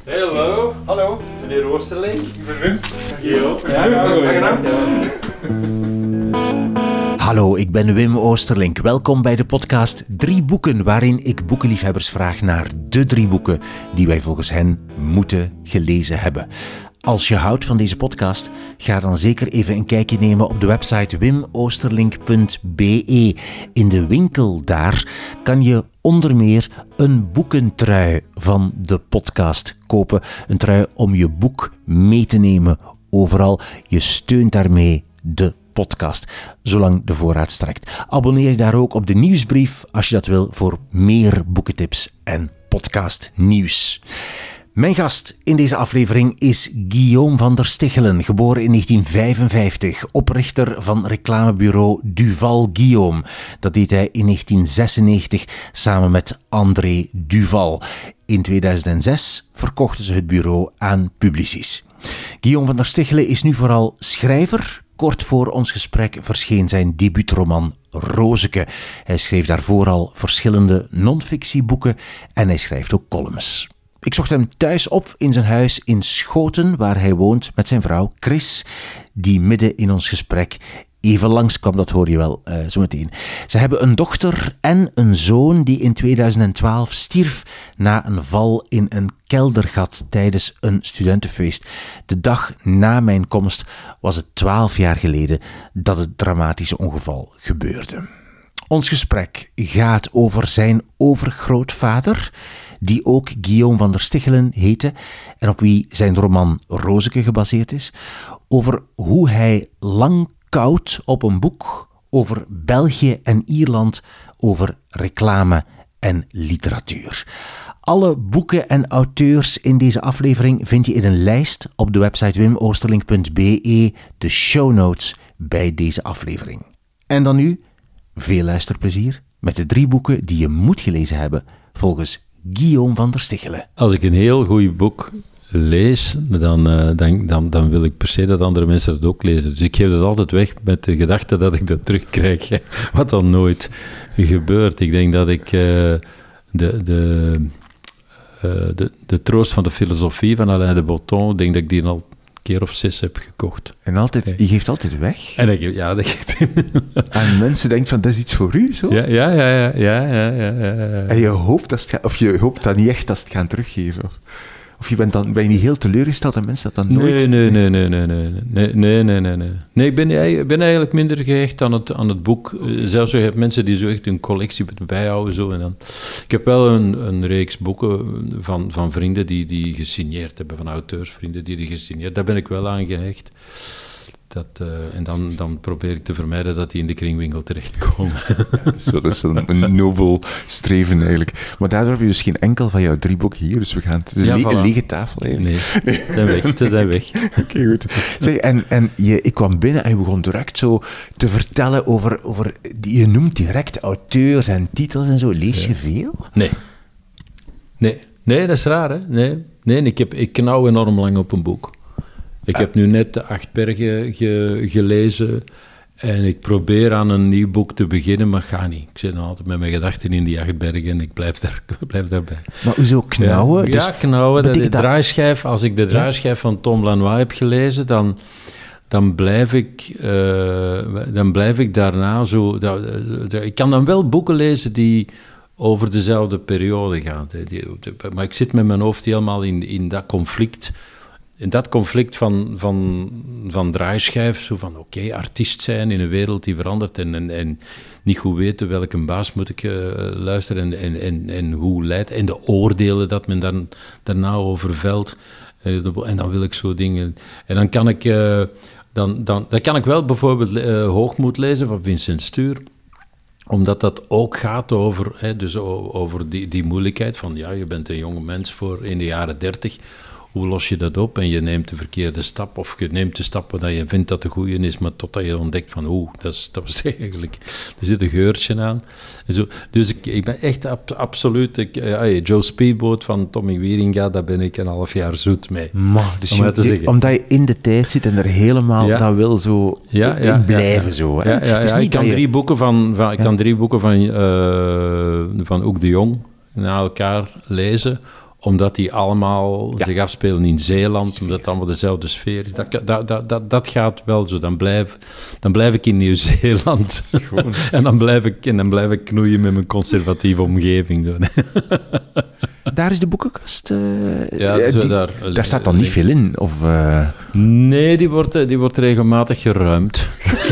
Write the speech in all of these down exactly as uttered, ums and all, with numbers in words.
Hallo. Hallo. Meneer Oosterling. Ik ben Wim. Yo. Ja, ja, Hallo, ik ben Wim Oosterlink. Welkom bij de podcast Drie Boeken, waarin ik boekenliefhebbers vraag naar de drie boeken die wij volgens hen moeten gelezen hebben. Als je houdt van deze podcast, ga dan zeker even een kijkje nemen op de website wim oosterlink punt b e. In de winkel daar kan je onder meer een boekentrui van de podcast kopen. Een trui om je boek mee te nemen overal. Je steunt daarmee de podcast, zolang de voorraad strekt. Abonneer je daar ook op de nieuwsbrief als je dat wil voor meer boekentips en podcastnieuws. Mijn gast in deze aflevering is Guillaume van der Stichelen, geboren in negentien vijfenvijftig, oprichter van reclamebureau Duval Guillaume. Dat deed hij in negentien zesennegentig samen met André Duval. In tweeduizend zes verkochten ze het bureau aan Publicis. Guillaume van der Stichelen is nu vooral schrijver. Kort voor ons gesprek verscheen zijn debuutroman Rozeke. Hij schreef daarvoor al verschillende non-fictieboeken en hij schrijft ook columns. Ik zocht hem thuis op in zijn huis in Schoten, waar hij woont met zijn vrouw Chris, die midden in ons gesprek even langskwam, dat hoor je wel uh, zo meteen. Ze hebben een dochter en een zoon die in tweeduizend twaalf stierf na een val in een keldergat tijdens een studentenfeest. De dag na mijn komst was het twaalf jaar geleden dat het dramatische ongeval gebeurde. Ons gesprek gaat over zijn overgrootvader, die ook Guillaume van der Stichelen heette en op wie zijn roman Rozeke gebaseerd is, over hoe hij lang koud op een boek over België en Ierland, over reclame en literatuur. Alle boeken en auteurs in deze aflevering vind je in een lijst op de website wim oosterlink punt b e, de show notes bij deze aflevering. En dan nu, veel luisterplezier met de drie boeken die je moet gelezen hebben volgens Guillaume van der Stichelen. Als ik een heel goed boek lees, dan, uh, dan, dan, dan wil ik per se dat andere mensen dat ook lezen. Dus ik geef dat altijd weg met de gedachte dat ik dat terugkrijg, wat dan nooit gebeurt. Ik denk dat ik uh, de, de, uh, de, de troost van de filosofie van Alain de Botton, denk dat ik die al een keer of zes heb gekocht. En altijd, je geeft altijd weg? En dat, ja, dat geeft... En mensen denken van, dat is iets voor u, zo? Ja, ja, ja, ja, ja, ja, ja, ja. En je hoopt, dat het, of je hoopt dat niet echt dat ze het gaan teruggeven? Of, of je bent dan, ben je niet heel teleurgesteld dat mensen dat dan nooit... Nee, nee, nee, nee, nee, nee, nee, nee, nee, nee, nee. Nee, ik ben, ik ben eigenlijk minder gehecht aan het, aan het boek. Zelfs je hebt mensen die zo echt een collectie bijhouden, zo. En dan. Ik heb wel een, een reeks boeken van, van vrienden die, die gesigneerd hebben, van auteursvrienden die die gesigneerd. Daar ben ik wel aan gehecht. Dat, uh, en dan, dan probeer ik te vermijden dat die in de kringwinkel terechtkomen. Ja, dat, is wel, dat is wel een nobel streven eigenlijk. Maar daardoor heb je dus geen enkel van jouw drie boeken hier, dus we gaan... Het is ja, een, le- voilà. een lege tafel eigenlijk. Nee, ze zijn weg. Ze zijn weg. Oké, okay, goed. Zeg, en en je, ik kwam binnen en je begon direct zo te vertellen over... over je noemt direct auteurs en titels en zo. Lees je ja. veel? Nee. Nee. Nee, dat is raar, hè? Nee. Nee, ik, heb, ik knauw enorm lang op een boek. Ik heb nu net de Acht Bergen ge, gelezen en ik probeer aan een nieuw boek te beginnen, maar ga niet. Ik zit nog altijd met mijn gedachten in die Acht Bergen en ik blijf, daar, blijf daarbij. Maar hoezo knauwen? Ja, dus ja knauwen. Dat de dat... draaischijf, als ik de draaischijf van Tom Lanois heb gelezen, dan, dan, blijf ik, uh, dan blijf ik daarna zo... Dat, dat, ik kan dan wel boeken lezen die over dezelfde periode gaan. Die, die, maar ik zit met mijn hoofd helemaal in, in dat conflict... In dat conflict van, van, van draaischijf, zo van oké, okay, artiest zijn in een wereld die verandert en, en, en niet goed weten welke baas moet ik uh, luisteren en, en, en, en hoe leidt, en de oordelen dat men dan, daarna over velt. En dan wil ik zo dingen... En dan kan ik, uh, dan, dan, dan kan ik wel bijvoorbeeld uh, Hoogmoed lezen van Vincent Stuur, omdat dat ook gaat over, hè, dus over die, die moeilijkheid van ja, je bent een jonge mens voor in de jaren dertig... Hoe los je dat op? En je neemt de verkeerde stap, of je neemt de stap waar je vindt dat de goede is, maar totdat je ontdekt van, oeh, dat is, dat was eigenlijk, er zit een geurtje aan. En zo. Dus ik, ik ben echt ab, absoluut, ik, uh, Joe Speedboat van Tommy Wieringa, daar ben ik een half jaar zoet mee. Maar, dus om je, te zeggen. Omdat je in de tijd zit en er helemaal ja. dat wil zo ja, in ja, blijven. Ja, ja. Zo, hè? Ja, ja, dus ja, niet ik kan je... drie boeken van, van, ik ja. kan drie boeken van, uh, van Oek de Jong na elkaar lezen, omdat die allemaal Ja. zich afspelen in Zeeland, omdat het allemaal dezelfde sfeer is. Dat, dat, dat, dat, dat gaat wel zo. Dan blijf, dan blijf ik in Nieuw-Zeeland. en, dan blijf ik, en dan blijf ik knoeien met mijn conservatieve omgeving. Zo. Daar is de boekenkast. Uh, Ja, uh, zo die, daar, daar staat dan niet veel in? Of, uh... Nee, die wordt, die wordt regelmatig geruimd.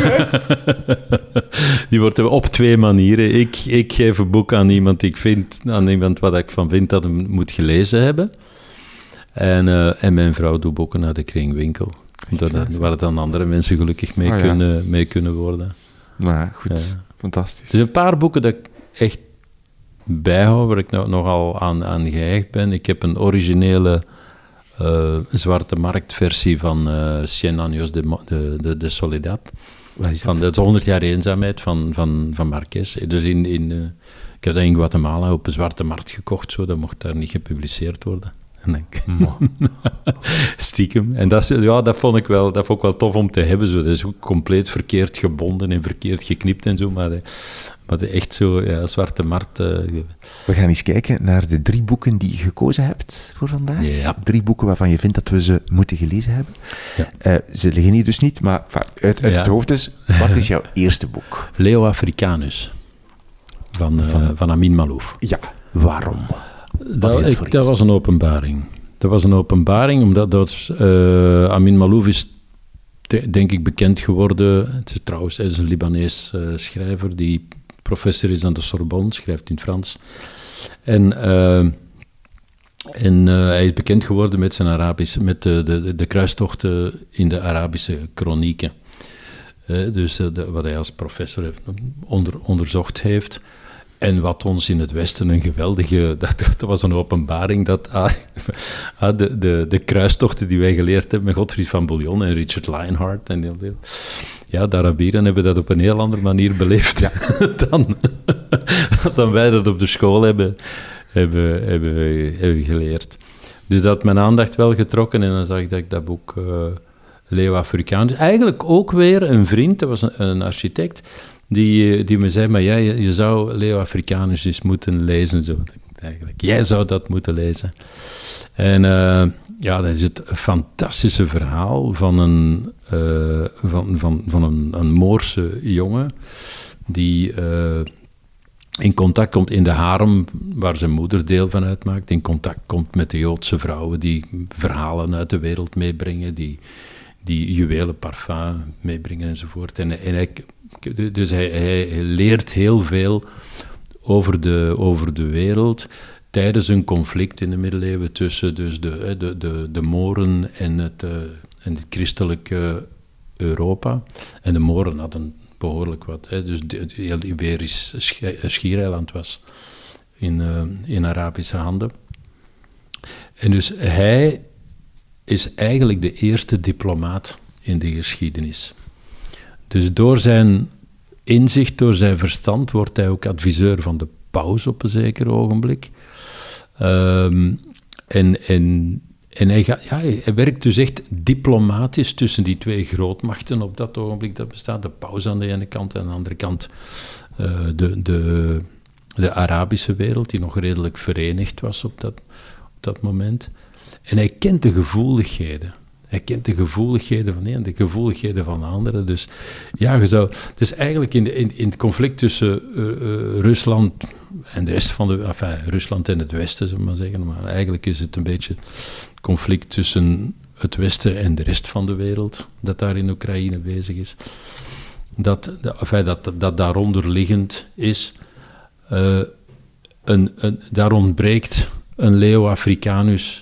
Die wordt op twee manieren. Ik, ik geef een boek aan iemand die ik vind, aan iemand wat ik van vind dat hem moet gelezen hebben. En, uh, en mijn vrouw doet boeken naar de kringwinkel. Dat, dat, waar dan andere mensen gelukkig mee, oh, ja. kunnen, mee kunnen worden. Nou, goed. Ja. Fantastisch. Er zijn een paar boeken dat ik echt bijhoud, waar ik nou nogal aan, aan gehecht ben. Ik heb een originele uh, zwarte marktversie van uh, Cien años de, de, de, de Soledad. Wat is Van de honderd jaar eenzaamheid van, van, van Marquez. Dus in, in, uh, ik heb dat in Guatemala op een zwarte markt gekocht, zo, dat mocht daar niet gepubliceerd worden. En ik, stiekem. En dat, ja, dat, vond ik wel, dat vond ik wel tof om te hebben. Zo. Dat is ook compleet verkeerd gebonden en verkeerd geknipt en zo. Maar, de, maar de echt zo, ja, zwarte markt. Uh, we gaan eens kijken naar de drie boeken die je gekozen hebt voor vandaag. Ja. Drie boeken waarvan je vindt dat we ze moeten gelezen hebben. Ja. Uh, ze liggen hier dus niet, maar uit, uit Ja. het hoofd dus. Wat is jouw eerste boek? Leo Africanus. Van, uh, Van- van Amin Malouf. Ja, waarom? Wat Dat, is het ik, voor dat iets? was een openbaring. Dat was een openbaring, omdat dat, uh, Amin Malouf is, de- denk ik, bekend geworden. Het is trouwens hij is een Libanees uh, schrijver die professor is aan de Sorbonne, schrijft in het Frans. En, uh, en uh, hij is bekend geworden met zijn Arabisch, met de, de, de kruistochten in de Arabische kronieken. Uh, dus uh, de, wat hij als professor heeft, onder, onderzocht heeft. En wat ons in het Westen een geweldige... Dat, dat was een openbaring dat ah, ah, de, de, de kruistochten die wij geleerd hebben met Godfried van Bouillon en Richard Lionheart en heel, heel, ja, de Arabieren hebben dat op een heel andere manier beleefd ja. dan, dan wij dat op de school hebben, hebben, hebben, hebben geleerd. Dus dat had mijn aandacht wel getrokken en dan zag ik dat ik dat boek uh, Leo Africanus... Eigenlijk ook weer een vriend, dat was een, een architect... Die, die me zei, maar jij, je, je zou Leo Africanus eens moeten lezen. Zo, eigenlijk. Jij zou dat moeten lezen. En uh, ja, dat is het fantastische verhaal van een, uh, van, van, van een, een Moorse jongen die uh, in contact komt in de harem, waar zijn moeder deel van uitmaakt, in contact komt met de Joodse vrouwen die verhalen uit de wereld meebrengen, die, die juwelen, parfum meebrengen enzovoort. En, en hij... Dus hij, hij leert heel veel over de, over de wereld tijdens een conflict in de middeleeuwen tussen dus de, de, de, de Moren en het, uh, en het christelijke Europa. En de Moren hadden behoorlijk wat. Hè, dus de, heel Iberisch schiereiland was in, uh, in Arabische handen. En dus hij is eigenlijk de eerste diplomaat in de geschiedenis. Dus door zijn inzicht, door zijn verstand, wordt hij ook adviseur van de paus op een zeker ogenblik. Um, en en, en hij, gaat, ja, hij werkt dus echt diplomatisch tussen die twee grootmachten op dat ogenblik dat bestaat. De paus aan de ene kant en aan de andere kant uh, de, de, de Arabische wereld, die nog redelijk verenigd was op dat, op dat moment. En hij kent de gevoeligheden. Hij kent de gevoeligheden van de een en de gevoeligheden van de andere. Dus ja, je zou... Het is eigenlijk in, de, in, in het conflict tussen uh, uh, Rusland en de rest van de... Enfin, Rusland en het Westen, zullen we maar zeggen. Maar eigenlijk is het een beetje het conflict tussen het Westen en de rest van de wereld, dat daar in Oekraïne bezig is. Dat, enfin, dat, dat daaronder liggend is. Uh, een, een, daar ontbreekt een Leo Africanus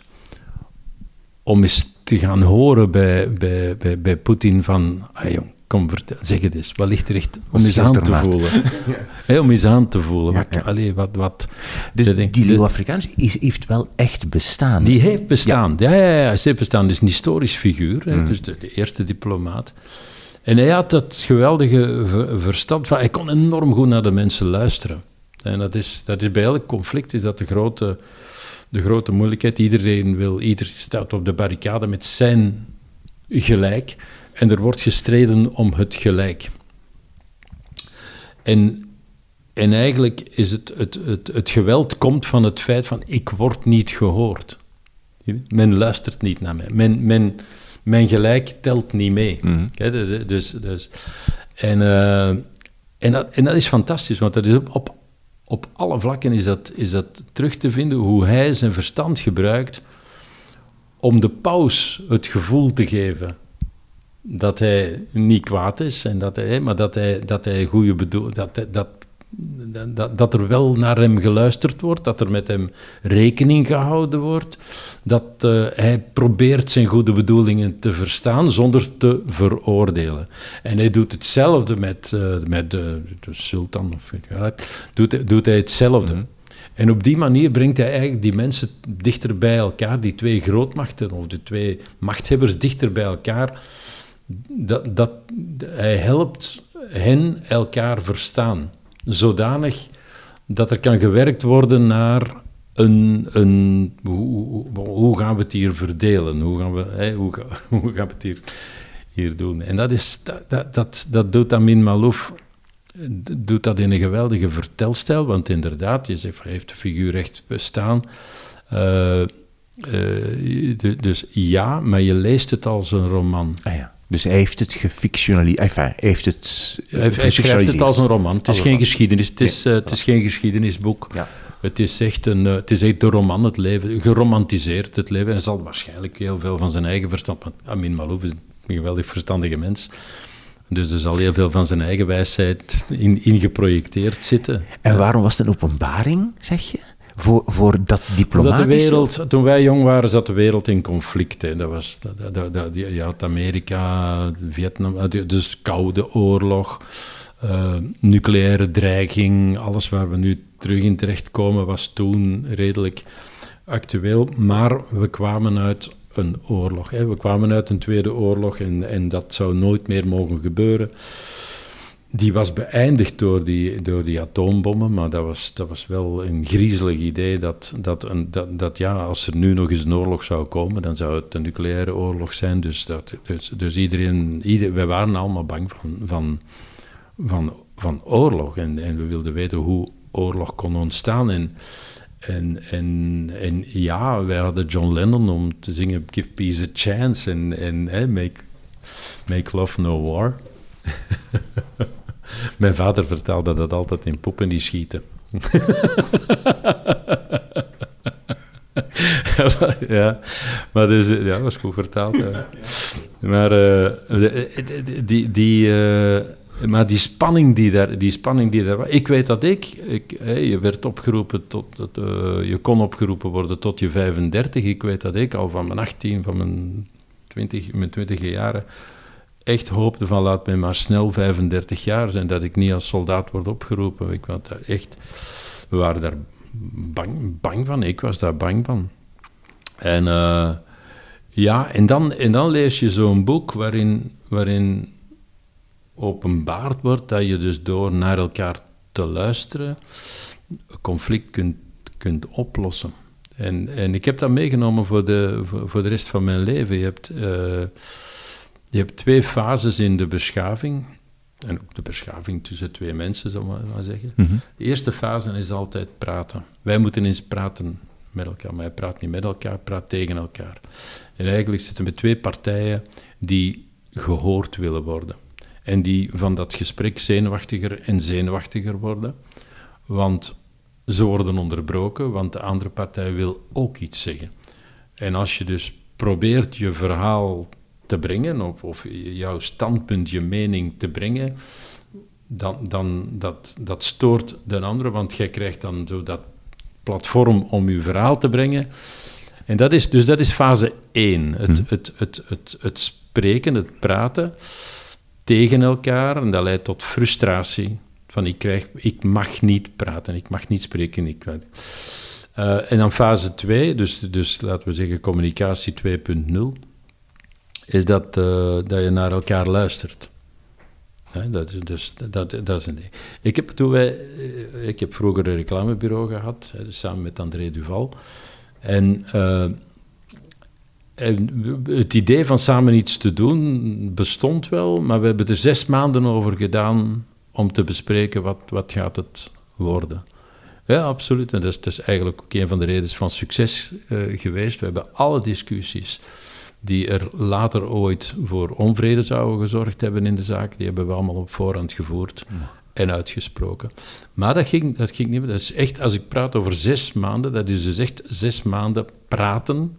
om eens te gaan horen bij, bij, bij, bij Poetin van, ah jong, kom, vertel, zeg het eens, wat ligt er echt, om eens aan te voelen. Ja. Hey, om eens aan te voelen. Ja, ja. Allee, wat, wat, dus denk, die Leo Africanus is, heeft wel echt bestaan. Die heeft bestaan, ja, ja, ja, ja hij heeft bestaan. Dus een historisch figuur, mm. hè, dus de, de eerste diplomaat. En hij had dat geweldige ver, verstand van, hij kon enorm goed naar de mensen luisteren. En dat is, dat is bij elk conflict is dat de grote... De grote moeilijkheid, iedereen wil, ieder staat op de barricade met zijn gelijk en er wordt gestreden om het gelijk. En en eigenlijk is het, het, het, het geweld komt van het feit van ik word niet gehoord. Men luistert niet naar mij. Men, men, mijn gelijk telt niet mee. Mm-hmm. Dus, dus, dus, en, uh, en, dat, en dat is fantastisch, want dat is op, op, op alle vlakken is dat, is dat terug te vinden hoe hij zijn verstand gebruikt om de paus het gevoel te geven dat hij niet kwaad is, en dat hij, maar dat hij, dat hij goede bedoel, dat, dat, dat, dat er wel naar hem geluisterd wordt, dat er met hem rekening gehouden wordt, dat uh, hij probeert zijn goede bedoelingen te verstaan zonder te veroordelen. En hij doet hetzelfde met, uh, met de, de sultan, of ja, doet, doet hij hetzelfde. Mm-hmm. En op die manier brengt hij eigenlijk die mensen dichter bij elkaar, die twee grootmachten, of de twee machthebbers dichter bij elkaar. Dat, dat, hij helpt hen elkaar verstaan, zodanig dat er kan gewerkt worden naar een, een hoe, hoe gaan we het hier verdelen, hoe gaan we, hè, hoe, hoe gaan we het hier, hier doen. En dat, is, dat, dat, dat doet Amin Maalouf, doet dat in een geweldige vertelstijl, want inderdaad, je zegt, hij heeft de figuur echt bestaan. Uh, uh, dus ja, maar je leest het als een roman. Ah ja. Dus hij heeft het gefictionaliseerd. Enfin, hij heeft het uh, hij, hij schrijft het als een roman. Het is geen geschiedenis. Het is, nee. uh, het is geen geschiedenisboek. Ja. Het is echt een, uh, het is echt de roman, het leven, geromantiseerd het leven. En hij zal waarschijnlijk heel veel van zijn eigen verstand. Want Amin Maalouf is een geweldig verstandige mens. Dus er zal heel veel van zijn eigen wijsheid in, in geprojecteerd zitten. En waarom was het een openbaring, zeg je? Voor, voor dat diplomatische... Omdat de wereld, toen wij jong waren, zat de wereld in conflict. Hè. Dat was, dat, dat, dat, je had Amerika, Vietnam, dus Koude Oorlog, uh, nucleaire dreiging, alles waar we nu terug in terechtkomen was toen redelijk actueel. Maar we kwamen uit een oorlog. Hè. We kwamen uit een tweede oorlog en, en dat zou nooit meer mogen gebeuren. Die was beëindigd door die, door die atoombommen, maar dat was, dat was wel een griezelig idee dat, dat, een, dat, dat ja, als er nu nog eens een oorlog zou komen, dan zou het een nucleaire oorlog zijn. Dus, dat, dus, dus iedereen, ieder, wij waren allemaal bang van, van, van, van oorlog en, en we wilden weten hoe oorlog kon ontstaan. En, en, en, en ja, wij hadden John Lennon om te zingen Give Peace a Chance en, en hey, make, make Love No War. Mijn vader vertelde dat altijd in Poppen die schieten. Ja, maar dus, ja, dat was goed vertaald. Ja. Maar, uh, die, die, uh, maar die spanning die daar, die spanning die daar was. Ik weet dat ik, ik hey, je werd opgeroepen tot, tot uh, je kon opgeroepen worden tot je vijfendertig. Ik weet dat ik al van mijn achttien, van mijn twintig, mijn twintige jaren echt hoopte van laat mij maar snel vijfendertig jaar zijn, dat ik niet als soldaat word opgeroepen. Ik was daar echt, we waren daar bang, bang van, ik was daar bang van. En uh, ja, en dan, en dan lees je zo'n boek waarin, waarin openbaard wordt dat je dus door naar elkaar te luisteren een conflict kunt, kunt oplossen. En, en ik heb dat meegenomen voor de, voor, voor de rest van mijn leven. Je hebt... Uh, Je hebt twee fases in de beschaving. En ook de beschaving tussen twee mensen, zal ik maar zeggen. Mm-hmm. De eerste fase is altijd praten. Wij moeten eens praten met elkaar. Maar hij praat niet met elkaar, praat tegen elkaar. En eigenlijk zitten we met twee partijen die gehoord willen worden. En die van dat gesprek zenuwachtiger en zenuwachtiger worden. Want ze worden onderbroken, want de andere partij wil ook iets zeggen. En als je dus probeert je verhaal te brengen, of, of jouw standpunt, je mening te brengen, dan, dan dat, dat stoort de andere, want jij krijgt dan zo dat platform om je verhaal te brengen. En dat is, dus dat is fase één. Het, hmm. het, het, het, het spreken, het praten tegen elkaar, en dat leidt tot frustratie. Van ik, krijg, ik mag niet praten, ik mag niet spreken. Ik, uh, en dan fase twee, dus, dus laten we zeggen communicatie twee punt nul, is dat, uh, dat je naar elkaar luistert. Ja, dat, dus, dat, dat is een ding. Ik heb, toen wij, ik heb vroeger een reclamebureau gehad, hè, dus samen met André Duval. En, uh, en het idee van samen iets te doen bestond wel, maar we hebben er zes maanden over gedaan om te bespreken wat, wat gaat het worden. Ja, absoluut. En dat is, dat is eigenlijk ook een van de redenen van succes uh, geweest. We hebben alle discussies die er later ooit voor onvrede zouden gezorgd hebben in de zaak, die hebben we allemaal op voorhand gevoerd ja. en uitgesproken. Maar dat ging, dat ging niet meer. Dat is echt, als ik praat over zes maanden, dat is dus echt zes maanden praten.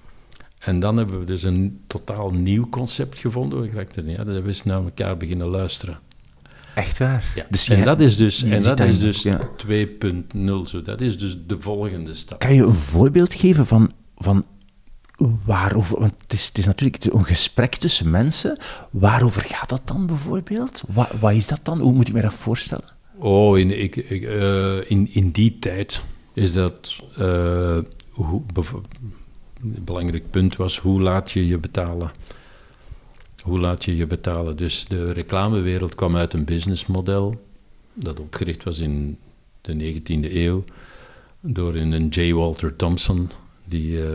En dan hebben we dus een totaal nieuw concept gevonden. We dachten, ja, dus hebben we eens naar elkaar beginnen luisteren. Echt waar? Ja. Dus en dat is dus, en dat is dus ja. twee punt nul. Zo. Dat is dus de volgende stap. Kan je een voorbeeld geven van, van waarover... Want het is, het is natuurlijk een gesprek tussen mensen. Waarover gaat dat dan bijvoorbeeld? Wat, wat is dat dan? Hoe moet ik me dat voorstellen? Oh, in, ik, ik, uh, in, in die tijd is dat... Uh, hoe, een belangrijk punt was, hoe laat je je betalen? Hoe laat je je betalen? Dus de reclamewereld kwam uit een businessmodel dat opgericht was in de negentiende eeuw door een J. Walter Thompson. Die, uh,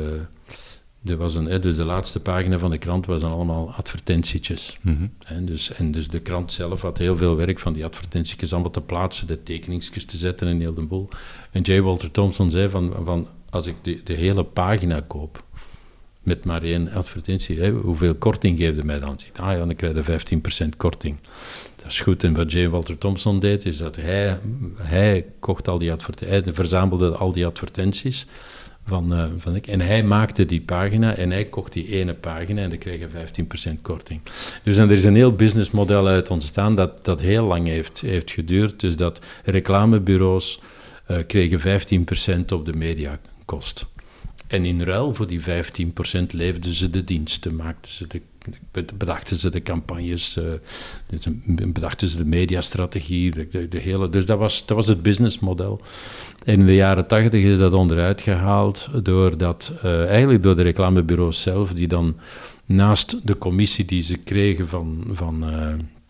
er was een, dus de laatste pagina van de krant was dan allemaal advertentietjes. Mm-hmm. En, dus, en dus de krant zelf had heel veel werk van die advertentietjes allemaal te plaatsen, de tekeningsjes te zetten en heel de boel. En J. Walter Thompson zei van, van als ik de, de hele pagina koop, met maar één advertentie, hè, hoeveel korting geef je mij dan? Ah ja, dan krijg je vijftien procent korting. Dat is goed. En wat J. Walter Thompson deed, is dat hij, hij kocht al die advertenties, hij verzamelde al die advertenties van, uh, van ik, en hij maakte die pagina en hij kocht die ene pagina en dan kreeg je vijftien procent korting. Dus en er is een heel businessmodel uit ontstaan dat, dat heel lang heeft, heeft geduurd. Dus dat reclamebureaus uh, kregen vijftien procent op de mediakost. En in ruil voor die vijftien procent leefden ze de diensten, maakten ze de, bedachten ze de campagnes, uh, bedachten ze de mediastrategie, de, de, de hele... Dus dat was, dat was het businessmodel. En in de jaren tachtig is dat onderuit gehaald door dat, uh, eigenlijk door de reclamebureaus zelf, die dan naast de commissie die ze kregen van... van uh,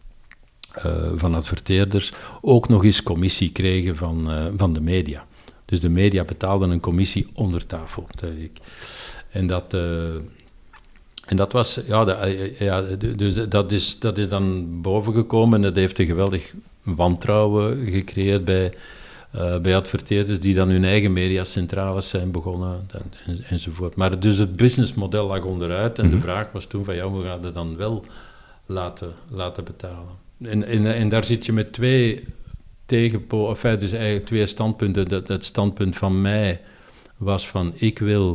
uh, van adverteerders, ook nog eens commissie kregen van, uh, van de media. Dus de media betaalden een commissie onder tafel. En dat, uh, en dat was, ja, de, uh, ja dus dat is, dat is dan bovengekomen en dat heeft een geweldig wantrouwen gecreëerd bij, uh, bij adverteerders die dan hun eigen mediacentrales zijn begonnen en, en, enzovoort. Maar dus het businessmodel lag onderuit en mm-hmm. de vraag was toen van, ja, hoe gaan we dan wel laten, laten betalen? En, en, en daar zit je met twee... tegenpool, enfin, dus eigenlijk twee standpunten. Dat, het standpunt van mij was van, ik wil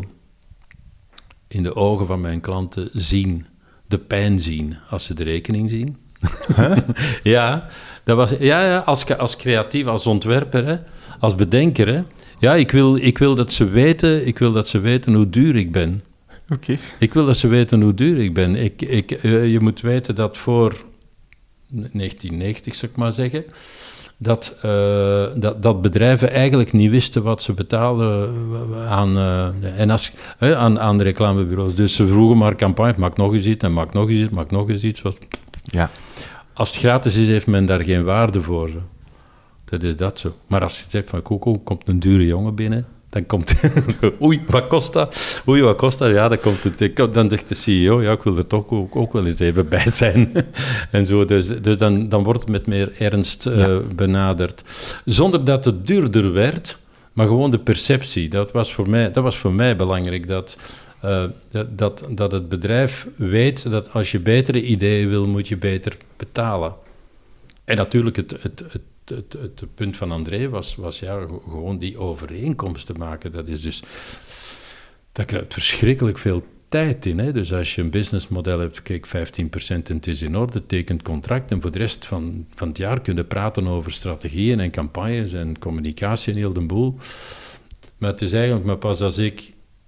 in de ogen van mijn klanten zien, de pijn zien, als ze de rekening zien. Huh? ja, dat was, ja, ja als, als creatief, als ontwerper, hè, als bedenker. Hè. Ja, ik wil, ik wil dat ze weten, ik wil dat ze weten hoe duur ik ben. Okay. Ik wil dat ze weten hoe duur ik ben. Ik, ik, je moet weten dat voor negentien negentig, zou ik maar zeggen... Dat, uh, dat, dat bedrijven eigenlijk niet wisten wat ze betaalden aan, uh, en als, uh, aan, aan de reclamebureaus. Dus ze vroegen maar campagne, maak nog eens iets en maak nog eens iets, maak nog eens iets. Was... Ja. Als het gratis is, heeft men daar geen waarde voor. Dat is dat zo. Maar als je zegt van, Coco, komt een dure jongen binnen, dan komt... Oei, wat kost dat? Oei, wat kost dat? Ja, dan komt het... Dan zegt de C E O, ja, ik wil er toch ook, ook wel eens even bij zijn. en zo, dus dus dan, dan wordt het met meer ernst uh, ja. benaderd. Zonder dat het duurder werd, maar gewoon de perceptie. Dat was voor mij, dat was voor mij belangrijk, dat, uh, dat, dat, dat het bedrijf weet dat als je betere ideeën wil, moet je beter betalen. En natuurlijk het... het, het Het, het, het punt van André was, was ja, gewoon die overeenkomst te maken. Dat is dus... Daar kruipt verschrikkelijk veel tijd in. Hè? Dus als je een businessmodel hebt, kijk, vijftien procent en het is in orde, tekent contract en voor de rest van, van het jaar kunnen praten over strategieën en campagnes en communicatie en heel de boel. Maar het is eigenlijk maar pas als ik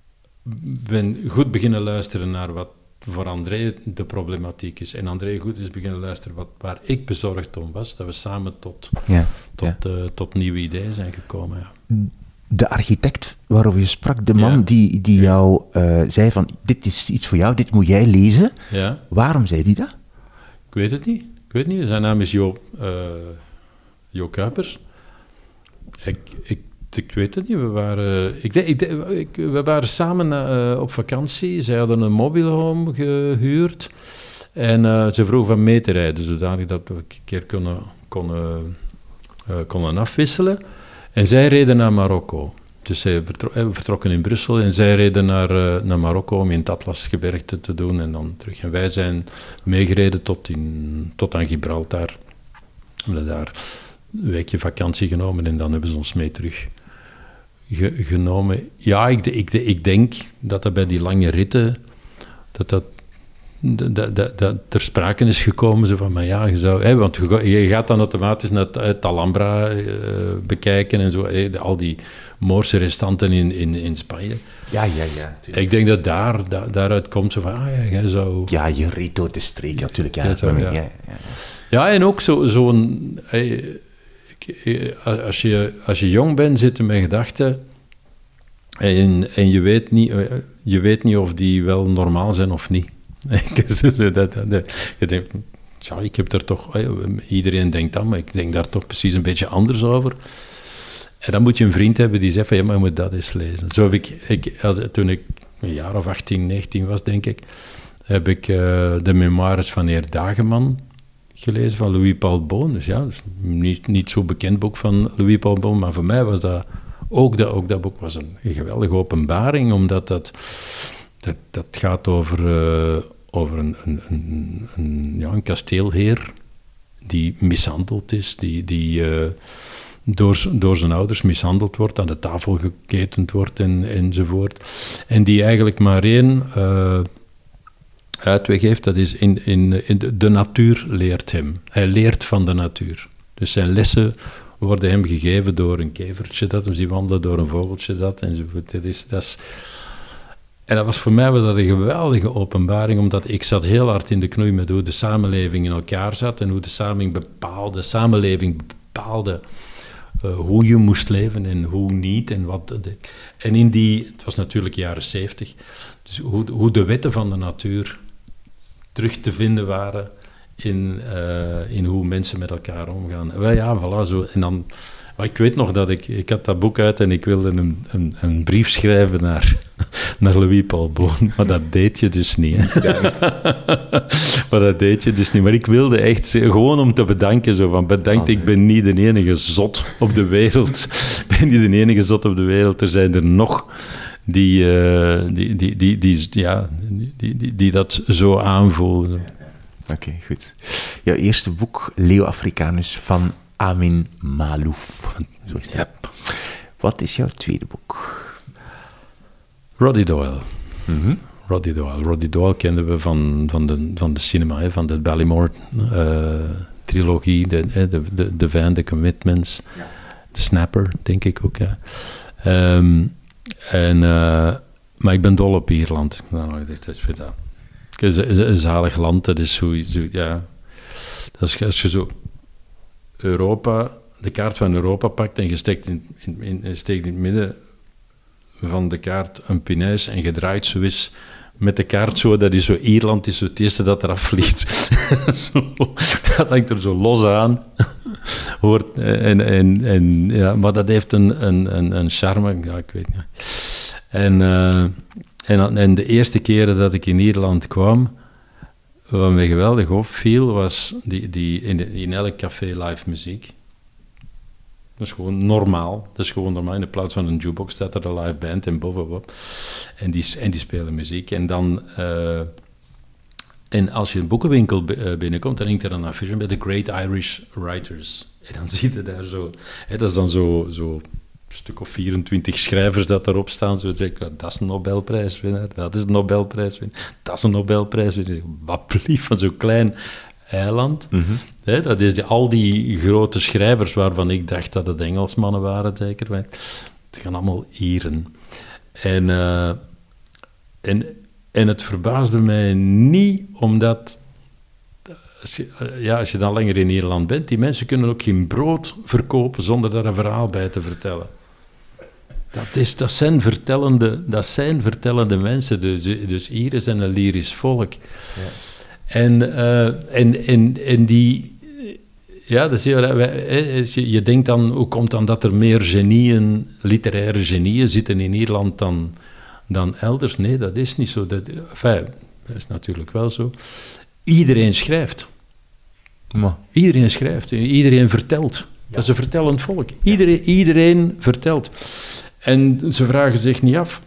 ben goed beginnen luisteren naar wat voor André de problematiek is. En André goed is beginnen luisteren wat, waar ik bezorgd om was, dat we samen tot, ja, tot, ja. Uh, tot nieuwe ideeën zijn gekomen. Ja. De architect waarover je sprak, de man ja. die, die jou uh, zei van, dit is iets voor jou, dit moet jij lezen. Ja. Waarom zei hij dat? Ik weet het niet. Ik weet het niet. Zijn naam is Jo, uh, Jo Kuipers. Ik, ik Ik weet het niet, we waren, ik, ik, ik, we waren samen uh, op vakantie. Zij hadden een mobile home gehuurd en uh, ze vroegen van mee te rijden, zodanig dat we een keer konden, konden, uh, konden afwisselen. En zij reden naar Marokko. Dus zij vertro- we vertrokken in Brussel en zij reden naar, uh, naar Marokko om in het Atlasgebergte te doen en dan terug. En wij zijn meegereden tot, in, tot aan Gibraltar. We hebben daar een weekje vakantie genomen en dan hebben ze ons mee terug ge- genomen. Ja, ik, ik, ik denk dat dat bij die lange ritten, dat dat, dat, dat, dat, dat ter sprake is gekomen. Zo van, maar ja, je zou, hè, want je, je gaat dan automatisch naar het, het Alhambra uh, bekijken en zo, hè, de, al die Moorse restanten in, in, in Spanje. Ja, ja, ja. Tuurlijk. Ik denk dat daar, da, daaruit komt zo van, ah ja, jij zou... Ja, je reed door de streek natuurlijk. Ja, Ja, zou, ja. ja, ja. ja en ook zo, zo'n... Hey, als, je, als je jong bent, zitten met gedachten en, en je, weet niet, je weet niet of die wel normaal zijn of niet. dat, dat, dat, je denkt, ja, ik heb er toch... Iedereen denkt dat, maar ik denk daar toch precies een beetje anders over. En dan moet je een vriend hebben die zegt van, ja, maar je moet dat eens lezen. Zo heb ik, ik als, toen ik een jaar of achttien, negentien was, denk ik, heb ik uh, de memoires van heer Dageman gelezen, van Louis Paul Beaune. Dus ja, dus niet, niet zo bekend boek van Louis Paul Beaune, maar voor mij was dat ook dat, ook dat boek was een, een geweldige openbaring, omdat dat, dat, dat gaat over, uh, over een, een, een, een, ja, een kasteelheer die mishandeld is, die... die uh, Door, door zijn ouders mishandeld wordt, aan de tafel geketend wordt en, enzovoort. En die eigenlijk maar één uh, uitweg heeft, dat is in, in, in de, de natuur leert hem. Hij leert van de natuur. Dus zijn lessen worden hem gegeven door een kevertje dat hem ziet wandelen, door een vogeltje dat, enzovoort. Dat is, dat is, en dat was, voor mij was dat een geweldige openbaring, omdat ik zat heel hard in de knoei met hoe de samenleving in elkaar zat en hoe de samenleving bepaalde, samenleving bepaalde Uh, hoe je moest leven en hoe niet. En, wat de, en in die, het was natuurlijk jaren zeventig, dus hoe, hoe de wetten van de natuur terug te vinden waren in, uh, in hoe mensen met elkaar omgaan. Wel ja, voilà, zo. En dan, maar ik weet nog dat ik, ik had dat boek uit en ik wilde een, een, een brief schrijven naar, naar Louis Paul Beaune, maar dat deed je dus niet. Hè? maar dat deed je dus niet. Maar ik wilde echt, gewoon om te bedanken, zo van bedankt, ik ben niet de enige zot op de wereld. Ik ben niet de enige zot op de wereld, er zijn er nog die, uh, die, die, die, die, ja, die, die, die dat zo aanvoelen. Oké, okay, goed. Jouw eerste boek, Leo Africanus, van Amin Maalouf. Zo is dat. Yep. Wat is jouw tweede boek? Roddy Doyle. Mm-hmm. Roddy Doyle. Roddy Doyle kenden we van, van, de, van de cinema, hè, van de Ballymore-trilogie, uh, de, de, de, de Van, de Commitments, ja. De Snapper, denk ik ook. Ja. Um, en, uh, maar ik ben dol op Ierland. Nou, ik dacht, dat is dat. Het is een zalig land, dat is zo, zo ja. Dat is, als je zo Europa, de kaart van Europa pakt en je steekt in, in, in, je steekt in het midden van de kaart een pineus en je draait zo eens met de kaart zo, dat is zo, Ierland is zo het eerste dat eraf vliegt. zo, dat hangt er zo los aan. Hoort, en, en, en, ja, maar dat heeft een, een, een, een charme, ja, ik weet niet. En, uh, en, en de eerste keren dat ik in Ierland kwam, wat mij geweldig opviel, was die, die in, de, in elk café live muziek. Dat is gewoon normaal. Dat is gewoon normaal. In de plaats van een jukebox staat er een live band en bovenop. En die, en die spelen muziek. En dan... Uh, en als je een boekenwinkel binnenkomt, dan hangt er een affiche bij The Great Irish Writers. En dan zie je daar zo... Hè, dat is dan zo... zo een stuk of vierentwintig schrijvers dat erop staan. Zo denk ik, dat is een Nobelprijswinnaar, dat is een Nobelprijswinnaar, dat is een Nobelprijswinnaar. Wat blieft van zo'n klein eiland. Mm-hmm. He, dat is die, al die grote schrijvers waarvan ik dacht dat het Engelsmannen waren, zeker. Het gaan allemaal Ieren. En, uh, en, en het verbaasde mij niet, omdat... Als je, ja, als je dan langer in Ierland bent, die mensen kunnen ook geen brood verkopen zonder daar een verhaal bij te vertellen. Dat, is, dat, zijn, vertellende, dat zijn vertellende mensen, dus, dus Ieren zijn een lyrisch volk. Ja. En, uh, en, en, en die... Ja, dat is heel, je, je denkt dan, hoe komt dan dat er meer genieën, literaire genieën zitten in Ierland dan, dan elders? Nee, dat is niet zo. Dat, enfin, dat is natuurlijk wel zo. Iedereen schrijft. Maar. Iedereen schrijft, iedereen vertelt. Dat is een vertellend volk. Iedereen, iedereen vertelt. En ze vragen zich niet af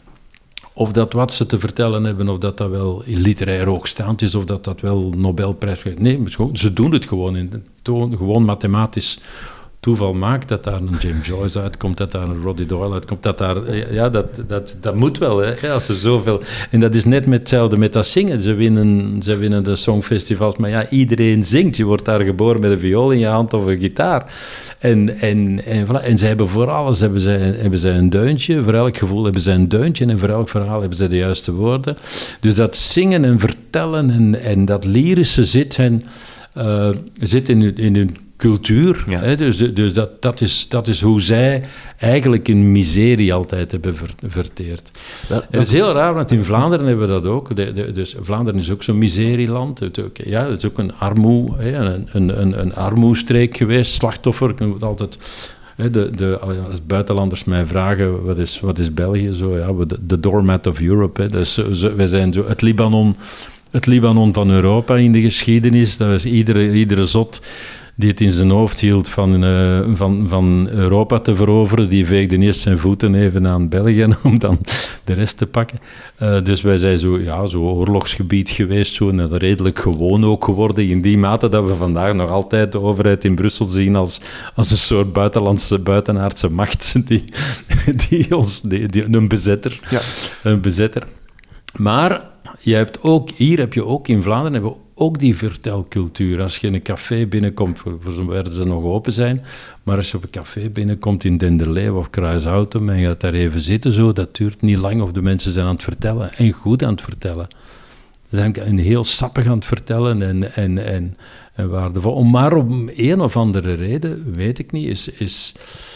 of dat wat ze te vertellen hebben, of dat dat wel literair hoogstaand is, of dat dat wel Nobelprijs krijgt. Nee, ze doen het gewoon. In de toon, gewoon mathematisch toeval maakt dat daar een James Joyce uitkomt, dat daar een Roddy Doyle uitkomt, dat daar... Ja, dat, dat, dat moet wel, hè, als er zoveel... En dat is net met hetzelfde met dat zingen. Ze winnen, ze winnen de songfestivals, maar ja, iedereen zingt. Je wordt daar geboren met een viool in je hand of een gitaar. En, en, en, voilà. En ze hebben voor alles hebben ze, hebben ze een deuntje, voor elk gevoel hebben ze een deuntje en voor elk verhaal hebben ze de juiste woorden. Dus dat zingen en vertellen en, en dat lyrische zit, hen, uh, zit in hun, in hun cultuur. Ja. Hè? Dus, dus dat, dat, is, dat is hoe zij eigenlijk een miserie altijd hebben ver, verteerd. Dat, dat is heel raar, want in Vlaanderen hebben we dat ook. De, de, dus Vlaanderen is ook zo'n miserieland. Het, ook, ja, het is ook een, armoe, hè? een, een, een, een armoestreek geweest, slachtoffer. Ik noem het altijd... De, de, als buitenlanders mij vragen, wat is, wat is België? Zo, ja, de, de doormat of Europe. Hè? Dus, zo, wij zijn zo het Libanon, het Libanon van Europa in de geschiedenis. Dat is iedere, iedere zot die het in zijn hoofd hield van, uh, van, van Europa te veroveren, die veegde eerst zijn voeten even aan België om dan de rest te pakken. Uh, dus wij zijn zo, ja, zo oorlogsgebied geweest, zo, en redelijk gewoon ook geworden, in die mate dat we vandaag nog altijd de overheid in Brussel zien als, als een soort buitenlandse, buitenaardse macht, die, die ons, die, die, een bezetter. Ja. Een bezetter. Maar je hebt ook, hier heb je ook, in Vlaanderen hebben we ook die vertelcultuur. Als je in een café binnenkomt, voor, voor zover ze nog open zijn, maar als je op een café binnenkomt in Denderleeuw of Kruishoutem en je gaat daar even zitten, zo, dat duurt niet lang of de mensen zijn aan het vertellen en goed aan het vertellen. Ze zijn een heel sappig aan het vertellen en, en, en, en waardevol. Maar om een of andere reden, weet ik niet, is... is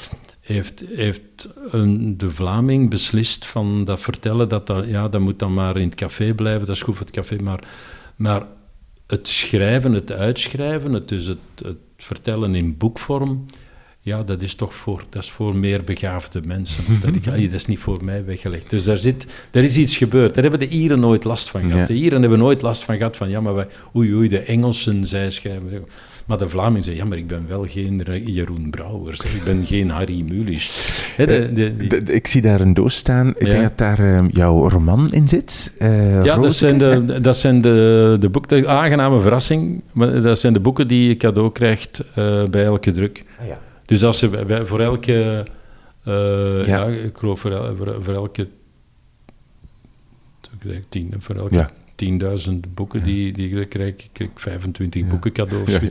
Heeft, heeft een, de Vlaming beslist van dat vertellen, dat, dat, ja, dat moet dan maar in het café blijven, dat is goed voor het café, maar, maar het schrijven, het uitschrijven, het, dus het, het vertellen in boekvorm, ja, dat is toch voor, dat is voor meer begaafde mensen. Dat, ik, dat is niet voor mij weggelegd. Dus daar, zit, daar is iets gebeurd. Daar hebben de Ieren nooit last van gehad. Ja. De Ieren hebben nooit last van gehad van, ja, maar wij, oei, oei, de Engelsen, zij schrijven... Maar de Vlaming zei, ja, maar ik ben wel geen Jeroen Brouwers, hè. Ik ben geen Harry Mulisch. He, de, de, die... de, de, ik zie daar een doos staan, ik ja. denk dat daar uh, jouw roman in zit. Uh, ja, dat zijn, de, dat zijn de, de boeken, de aangename verrassing, dat zijn de boeken die je cadeau krijgt uh, bij elke druk. Ah, ja. Dus als je bij, voor elke, uh, ja. ja, ik geloof voor, el, voor, voor elke, ik zeg tien, voor elke... Ja. tienduizend boeken, ja. die, die ik krijg, ik krijg vijfentwintig ja. boeken cadeaus. Ja.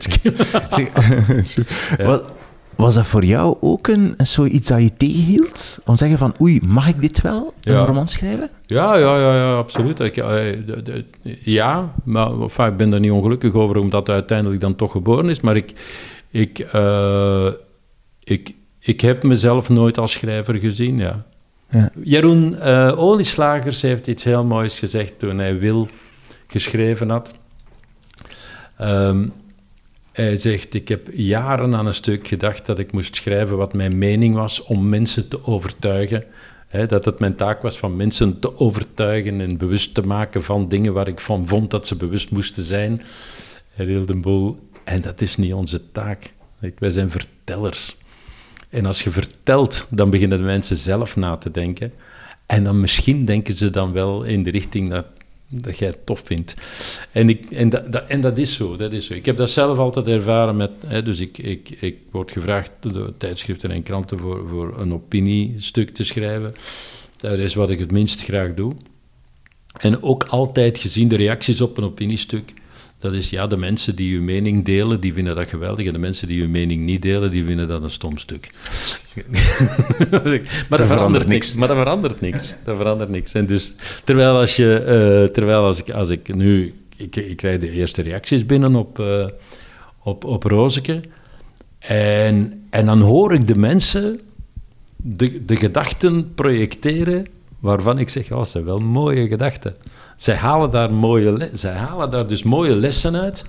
Ja. Was, was dat voor jou ook een, een zoiets dat je tegenhield? Om te zeggen van, oei, mag ik dit wel, een ja. roman schrijven? Ja, ja, ja, ja absoluut. Ik, de, de, ja, maar enfin, ik ben daar niet ongelukkig over, omdat hij uiteindelijk dan toch geboren is, maar ik, ik, uh, ik, ik heb mezelf nooit als schrijver gezien, ja. Ja. Jeroen uh, Olieslagers heeft iets heel moois gezegd toen hij Wil geschreven had. Um, hij zegt, ik heb jaren aan een stuk gedacht dat ik moest schrijven wat mijn mening was om mensen te overtuigen. Hè, dat het mijn taak was van mensen te overtuigen en bewust te maken van dingen waar ik van vond dat ze bewust moesten zijn. Hij hield een boel. En dat is niet onze taak. Wij zijn vertellers. En als je vertelt, dan beginnen de mensen zelf na te denken. En dan misschien denken ze dan wel in de richting dat, dat jij het tof vindt. En, ik, en, dat, dat, en dat is zo, dat is zo. Ik heb dat zelf altijd ervaren met... Hè, dus ik, ik, ik word gevraagd door tijdschriften en kranten voor, voor een opiniestuk te schrijven. Dat is wat ik het minst graag doe. En ook altijd gezien de reacties op een opiniestuk... Dat is, ja, de mensen die uw mening delen, die vinden dat geweldig. En de mensen die uw mening niet delen, die vinden dat een stom stuk. maar dat, dat verandert, verandert niks. Maar dat verandert niks. Dat verandert niks. En dus, terwijl als je, uh, terwijl als ik, als ik nu, ik, ik krijg de eerste reacties binnen op, uh, op, op Rozeke. En, en dan hoor ik de mensen de, de gedachten projecteren, waarvan ik zeg, oh, dat zijn wel mooie gedachten. Zij halen daar mooie, le- zij halen daar dus mooie lessen uit,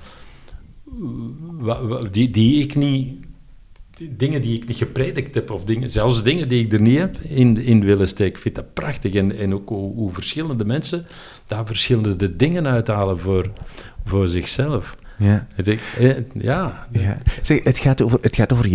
die, die ik niet, die dingen die ik niet gepredikt heb, of dingen, zelfs dingen die ik er niet heb, in, in willen steken. Ik vind dat prachtig. En, en ook hoe, hoe verschillende mensen daar verschillende dingen uithalen voor, voor zichzelf. Ja. Het, ja. ja. Zeg, het, gaat over, het gaat over jouw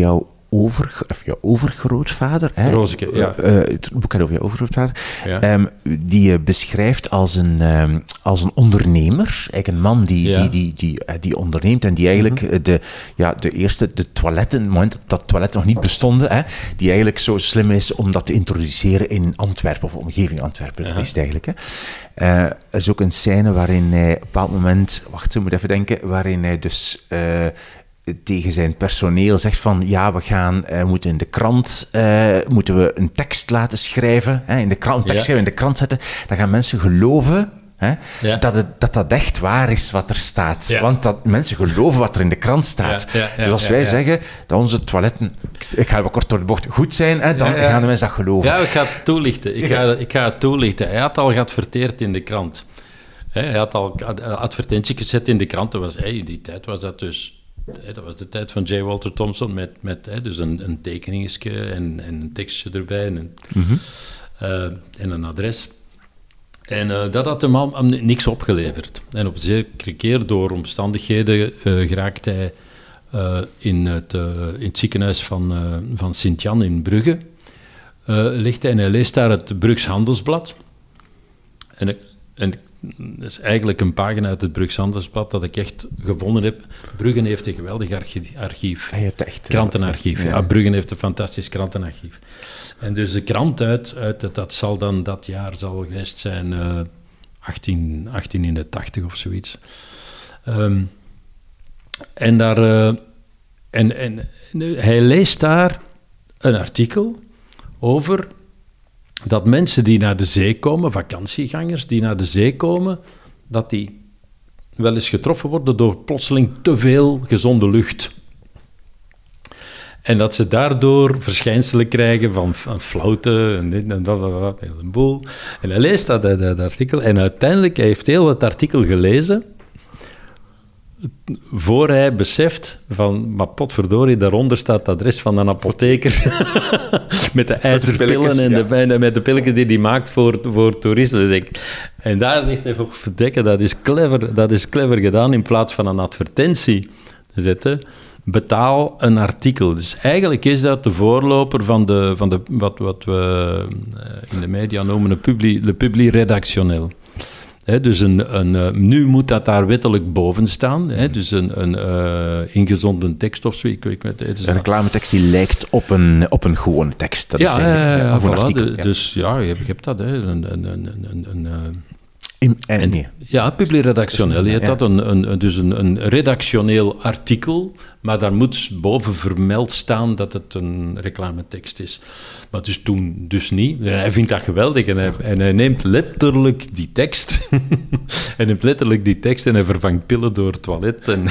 over, of jouw overgrootvader. Hè? Rozeke, ja. Uh, uh, het boek gaat over jouw overgrootvader. Ja. Um, die je beschrijft als een, um, als een ondernemer. Eigenlijk een man die, ja. die, die, die, uh, die onderneemt en die eigenlijk mm-hmm. de, ja, de eerste, de toiletten, het moment dat toiletten nog niet bestonden, hè, die eigenlijk zo slim is om dat te introduceren in Antwerpen, of omgeving Antwerpen, uh-huh. is het eigenlijk. Hè. Uh, er is ook een scène waarin hij op een bepaald moment, wacht, ik moet even denken, waarin hij dus uh, tegen zijn personeel zegt van, ja, we gaan, uh, moeten in de krant, uh, moeten we een tekst laten schrijven, hè, in de krant, tekst ja. schrijven, in de krant zetten, dan gaan mensen geloven hè, ja. dat, het, dat dat echt waar is wat er staat. Ja. Want dat mensen geloven wat er in de krant staat. Ja, ja, ja, dus als wij ja, ja. zeggen dat onze toiletten, ik ga wel kort door de bocht, goed zijn, hè, dan ja, ja. gaan de mensen dat geloven. Ja, ik ga het toelichten. Ik ga, ik ga het toelichten. Hij had al geadverteerd in de krant. Hij had al advertentie gezet in de krant. Dat was, hey, die tijd was dat dus... Dat was de tijd van J. Walter Thompson met, met hè, dus een, een tekeningetje en, en een tekstje erbij en een, mm-hmm. uh, en een adres. En uh, dat had hem al niks opgeleverd. En op een zekere keer, door omstandigheden, uh, geraakt hij uh, in, het, uh, in het ziekenhuis van, uh, van Sint-Jan in Brugge. Uh, ligt hij en hij leest daar het Brugs Handelsblad. En, en dat is eigenlijk een pagina uit het Brugs Handelsblad dat ik echt gevonden heb. Brugge heeft een geweldig archief. Hij heeft echt... Krantenarchief. Ja. Ja, Brugge heeft een fantastisch krantenarchief. En dus de krant uit, uit dat, dat zal dan dat jaar zal geweest zijn uh, achttien, achttienhonderdtachtig of zoiets. Um, en, daar, uh, en, en hij leest daar een artikel over dat mensen die naar de zee komen, vakantiegangers die naar de zee komen, dat die wel eens getroffen worden door plotseling te veel gezonde lucht. En dat ze daardoor verschijnselen krijgen van, van flauwte en dit en dat, dat, dat, een boel. En hij leest dat, dat, dat artikel en uiteindelijk hij heeft heel het artikel gelezen voor hij beseft van, maar potverdorie, daaronder staat het adres van een apotheker met de ijzerpillen en, ja. de, met de pilletjes die hij maakt voor, voor toeristen. Dus ik, en daar zegt hij, oh, verdekken, dat is clever, dat is clever gedaan in plaats van een advertentie te zetten. Betaal een artikel. Dus eigenlijk is dat de voorloper van, de, van de, wat, wat we in de media noemen een publi, de publi-redactioneel. He, dus een, een, uh, nu moet dat daar wettelijk boven staan. He, dus een, een uh, ingezonden tekst of zo. Ik, ik, het is een reclametekst die lijkt op een, op een gewone tekst. Dat ja, is eigenlijk, uh, ja, voilà, artikel, de, ja. Dus ja, je hebt, je hebt dat. Hè, een, een, een, een, een, uh, In, eh, en, nee. Ja, publi-redactioneel. Je hebt ja. dat een, een, dus een, een redactioneel artikel, maar daar moet boven vermeld staan dat het een reclametekst is. Maar dus toen dus niet. En hij vindt dat geweldig en hij, en hij neemt letterlijk die tekst. Hij neemt letterlijk die tekst en hij vervangt pillen door het toilet. En,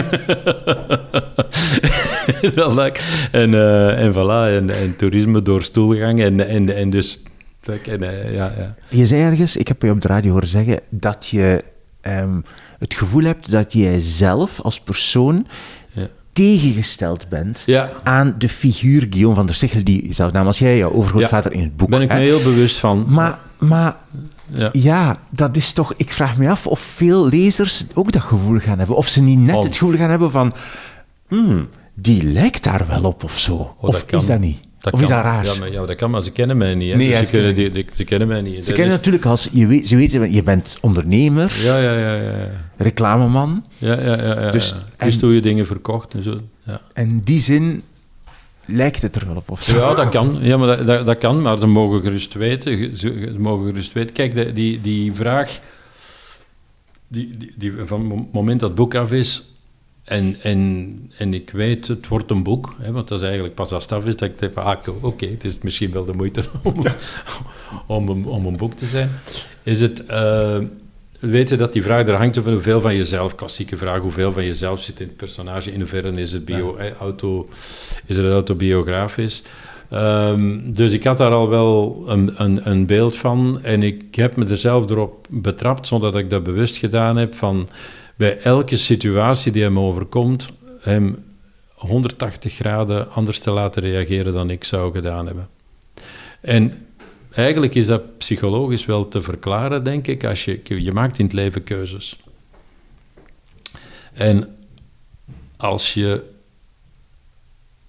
en, uh, en voilà, en, en toerisme door stoelgang en, en, en dus... En, uh, ja, ja. Je zei ergens, ik heb je op de radio horen zeggen, dat je um, het gevoel hebt dat jij zelf als persoon ja. tegengesteld bent ja. aan de figuur Guillaume van der Stichel, die zelfs naam als jij, jouw overgrootvader ja. in het boek. Daar ben ik hè? me heel bewust van. Maar, maar ja. ja, dat is toch... Ik vraag me af of veel lezers ook dat gevoel gaan hebben. Of ze niet net oh. het gevoel gaan hebben van... Hmm, die lijkt daar wel op of zo. Oh, of dat is dat niet? Dat of kan, is dat raar? Ja, maar, ja, dat kan, maar ze kennen mij niet. Hè. Nee, dus ja, ze, kennen, die, die, ze kennen mij niet. Ze dat kennen is... natuurlijk als... Je weet, ze weten, je bent ondernemer, ja, ja, ja, ja, ja. reclameman. Ja, ja, ja. ja, dus, ja. En, dus hoe je dingen verkocht en zo. Ja. En die zin lijkt het er wel op of zo. Ja, dat kan. Ja, maar dat, dat, dat kan, maar ze mogen gerust weten. Ze mogen gerust weten. Kijk, de, die, die vraag... Die, die, die, van het moment dat het boek af is... En, en, en ik weet, het wordt een boek, hè, want dat is eigenlijk pas als het af is dat ik denk van, ah, oké, okay, het is misschien wel de moeite om, ja. om, om, om een boek te zijn. Is het, uh, weten dat die vraag er hangt van hoeveel van jezelf, klassieke vraag, hoeveel van jezelf zit in het personage, in hoeverre is het, bio, ja. eh, auto, is het autobiografisch. Um, dus ik had daar al wel een, een, een beeld van en ik heb me er zelf erop betrapt, zonder dat ik dat bewust gedaan heb, van... bij elke situatie die hem overkomt, hem honderdtachtig graden anders te laten reageren dan ik zou gedaan hebben. En eigenlijk is dat psychologisch wel te verklaren, denk ik, als je, je maakt in het leven keuzes. En als je,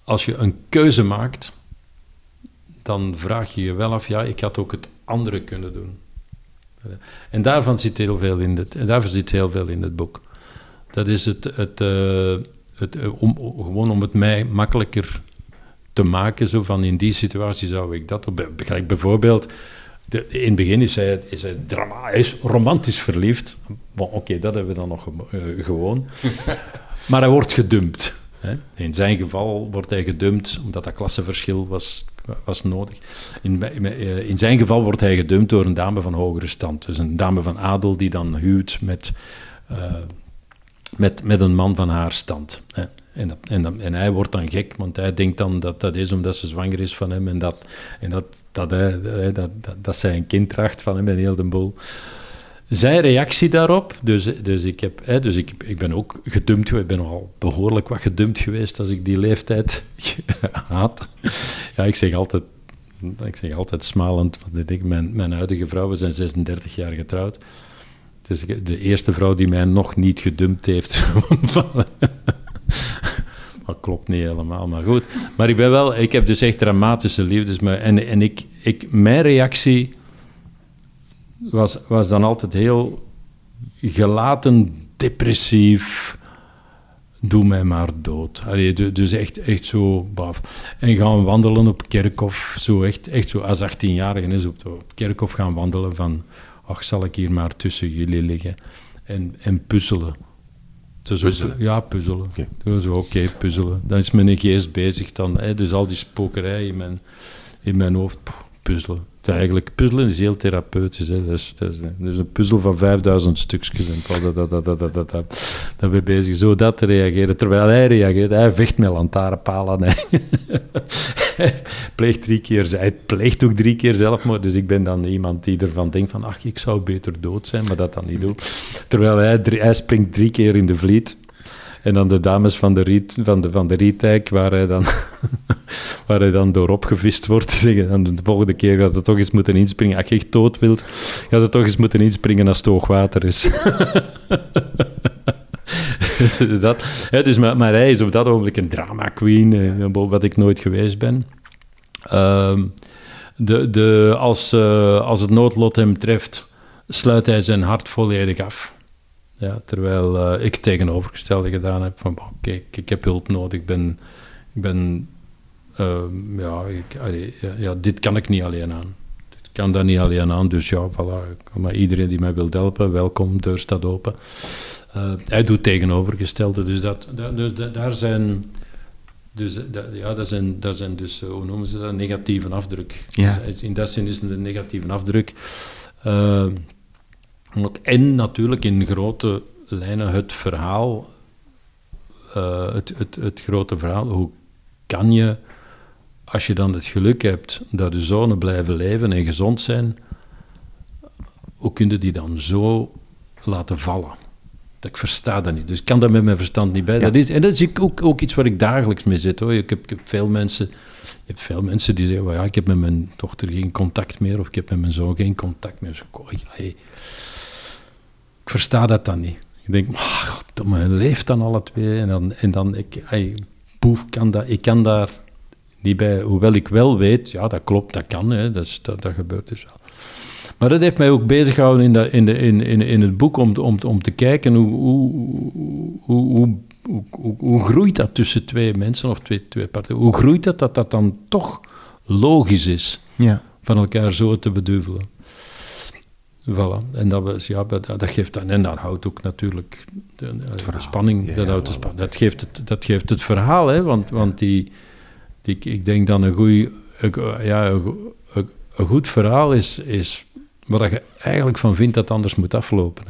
als je een keuze maakt, dan vraag je je wel af, ja, ik had ook het andere kunnen doen. En daarvan zit heel veel in het, en daarvan zit heel veel in het boek. Dat is het, het, uh, het uh, om, gewoon om het mij makkelijker te maken, zo van in die situatie zou ik dat doen. Begrijp bijvoorbeeld, de, in het begin is hij, is hij, drama, hij is romantisch verliefd. Bon, Oké, okay, dat hebben we dan nog uh, gewoon. Maar hij wordt gedumpt. Hè. In zijn geval wordt hij gedumpt, omdat dat klassenverschil was, was nodig. In, in zijn geval wordt hij gedumpt door een dame van hogere stand. Dus een dame van adel die dan huwt met, uh, met, met een man van haar stand. Hè. En, dat, en, dat, en hij wordt dan gek, want hij denkt dan dat dat is omdat ze zwanger is van hem en dat, en dat, dat, hij, dat, dat, dat zij een kind draagt van hem en heel de boel. Zijn reactie daarop, dus, dus, ik, heb, hè, dus ik, ik ben ook gedumpt, ik ben al behoorlijk wat gedumpt geweest als ik die leeftijd had. Ja, ik zeg altijd, ik zeg altijd smalend, want ik denk, mijn, mijn huidige vrouw, we zijn zesendertig jaar getrouwd. Dus de eerste vrouw die mij nog niet gedumpt heeft. Dat klopt niet helemaal, maar goed. Maar ik ben wel, ik heb dus echt dramatische liefdes. Maar, en en ik, ik, mijn reactie was, was dan altijd heel gelaten, depressief. Doe mij maar dood. Allee, dus echt, echt zo, baf. En gaan wandelen op Kerkhof, zo echt, echt zo als achttienjarige is op het Kerkhof gaan wandelen van, ach, zal ik hier maar tussen jullie liggen en, en puzzelen. Dus puzzelen? Ook, ja, puzzelen. Okay. Dus oké, okay, puzzelen. Dan is mijn geest bezig dan, hè, dus al die spokerij in mijn, in mijn hoofd, pff, puzzelen. Eigenlijk, puzzelen is heel therapeutisch. Hè. Dat, is, dat, is, dat is een puzzel van vijfduizend stukjes. En dat, dat, dat, dat, dat, dat, dat, dat ben bezig zo dat te reageren. Terwijl hij reageert, hij vecht met lantaarnpalen. Hij, hij pleegt drie keer, hij pleegt ook drie keer zelfmoord. Dus ik ben dan iemand die ervan denkt van, ach, ik zou beter dood zijn, maar dat dan niet doe. Terwijl hij, drie, hij springt drie keer in de Vliet. En dan de dames van de, riet, van de, van de Rietijk, waar hij dan, waar hij dan door opgevist wordt, zeggen dan de volgende keer gaat er toch eens moeten inspringen. Als je echt dood wilt, gaat er toch eens moeten inspringen als het hoogwater is. dus dat, hè, dus, maar, maar hij is op dat ogenblik een drama queen, eh, wat ik nooit geweest ben. Uh, de, de, als, uh, als het noodlot hem treft, sluit hij zijn hart volledig af. Ja, terwijl uh, ik het tegenovergestelde gedaan heb van, kijk, ik, ik heb hulp nodig, ik ben, ik ben uh, ja, ik, allee, ja, ja, dit kan ik niet alleen aan. Ik kan daar niet alleen aan, dus ja, voilà, maar iedereen die mij wil helpen, welkom, deur staat open. Uh, hij doet tegenovergestelde, dus, dat, dat, dus dat, daar zijn, dus, dat, ja, dat zijn, dat zijn dus, hoe noemen ze dat, negatieve afdruk. Ja. Dus in dat zin is het een negatieve afdruk. Uh, En natuurlijk in grote lijnen het verhaal, uh, het, het, het grote verhaal. Hoe kan je, als je dan het geluk hebt dat je zonen blijven leven en gezond zijn, hoe kun je die dan zo laten vallen? Dat ik versta dat niet. Dus ik kan dat met mijn verstand niet bij. Ja. Dat is, en dat is ook, ook iets waar ik dagelijks mee zit. Hoor. Ik, heb, ik heb veel mensen... Je hebt veel mensen die zeggen, well, ja, ik heb met mijn dochter geen contact meer, of ik heb met mijn zoon geen contact meer. Dus ik, hey, ik versta dat dan niet. Ik denk, oh, God, maar leeft dan alle twee. En dan, en dan ik, hey, poef, kan dat, ik kan daar niet bij. Hoewel ik wel weet, ja, dat klopt, dat kan, hè, dat, is, dat, dat gebeurt dus wel. Maar dat heeft mij ook bezig gehouden in, de, in, de, in, in, in het boek, om, om, om te kijken hoe, hoe, hoe, hoe, hoe, hoe, hoe groeit dat tussen twee mensen of twee, twee partijen. Hoe groeit dat dat dat dan toch logisch is, ja, van elkaar zo te beduvelen. Voilà. En dat, was, ja, dat, dat geeft dan, en daar houdt ook natuurlijk de, de spanning, ja, dat, houdt de spanning. Dat, geeft het, dat geeft het verhaal, hè, want, want die, die, ik denk dan een, goeie, ja, een, een, een goed verhaal is, is wat je eigenlijk van vindt dat anders moet aflopen.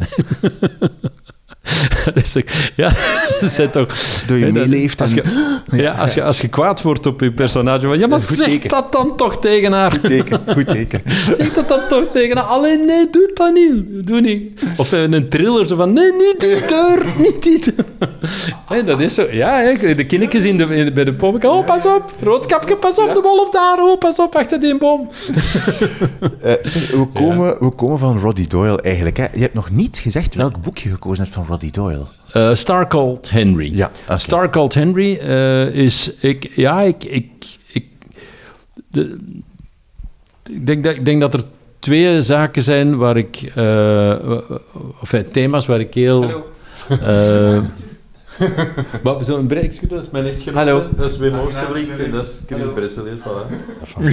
Dus ik, ja, dat zijn toch... Door je meeleeft. Als je, ja, als je, als je kwaad wordt op je personage, van, ja, maar zeg teken. Dat dan toch tegen haar. Goed teken, goed teken. Zeg dat dan toch tegen haar. Alleen, nee, doe dat niet. Doe niet. Of een thriller, zo van, nee, niet die deur, niet die deur. Nee, dat is zo. Ja, de kindertjes in de, in, bij de boom. Oh, pas op, roodkapje, pas op, ja. De wolf daar. Oh, pas op, achter die boom. Uh, zeg, we, komen, ja. we komen van Roddy Doyle eigenlijk. Hè. Je hebt nog niet gezegd welk boek je gekozen hebt van Roddy Doyle. Doyle. Uh, Star Called Henry. Ja, okay. Star Called Henry uh, is... Ik, ja, ik... ik, ik de, ik, denk dat, ik denk dat er twee zaken zijn waar ik... Uh, of uh, thema's waar ik heel... Uh, maar zo'n breekje, dat is mijn echtgenoot. Hallo. Dat is Wim Oosterlink en dat is Chris Bresseliers. Voilà.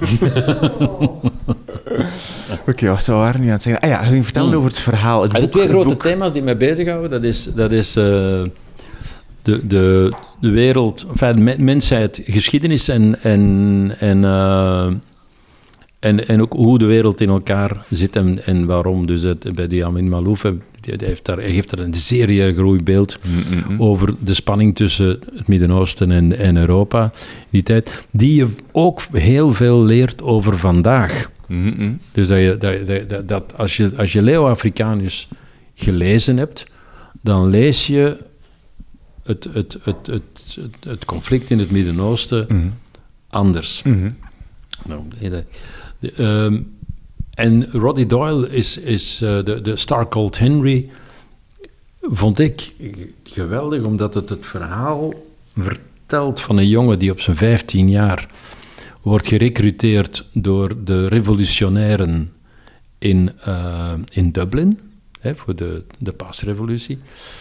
Oké, okay, wacht, wat waren we nu aan het zeggen? Ah ja, ga je vertellen hmm. over het verhaal. Het de boek, twee grote boek. thema's die mij bezighouden, dat is, dat is uh, de, de, de wereld, enfin, de mensheid, geschiedenis en, en, en, uh, en, en ook hoe de wereld in elkaar zit en, en waarom. Dus het, bij die Amin Malouf, hij heeft daar, hij geeft er een zeer groot beeld mm-hmm. over de spanning tussen het Midden-Oosten en, en Europa, die tijd, die je ook heel veel leert over vandaag. Mm-hmm. Dus dat, je, dat, dat, dat als je, als je Leo Africanus gelezen hebt, dan lees je het, het, het, het, het, het conflict in het Midden-Oosten mm-hmm. anders. Mm-hmm. Nou, de, de, um, en Roddy Doyle is, is uh, de, de Star Called Henry, vond ik geweldig, omdat het het verhaal vertelt van een jongen die op zijn vijftien jaar wordt gerecruiteerd door de revolutionairen in, uh, in Dublin, hè, voor de, de paasrevolutie.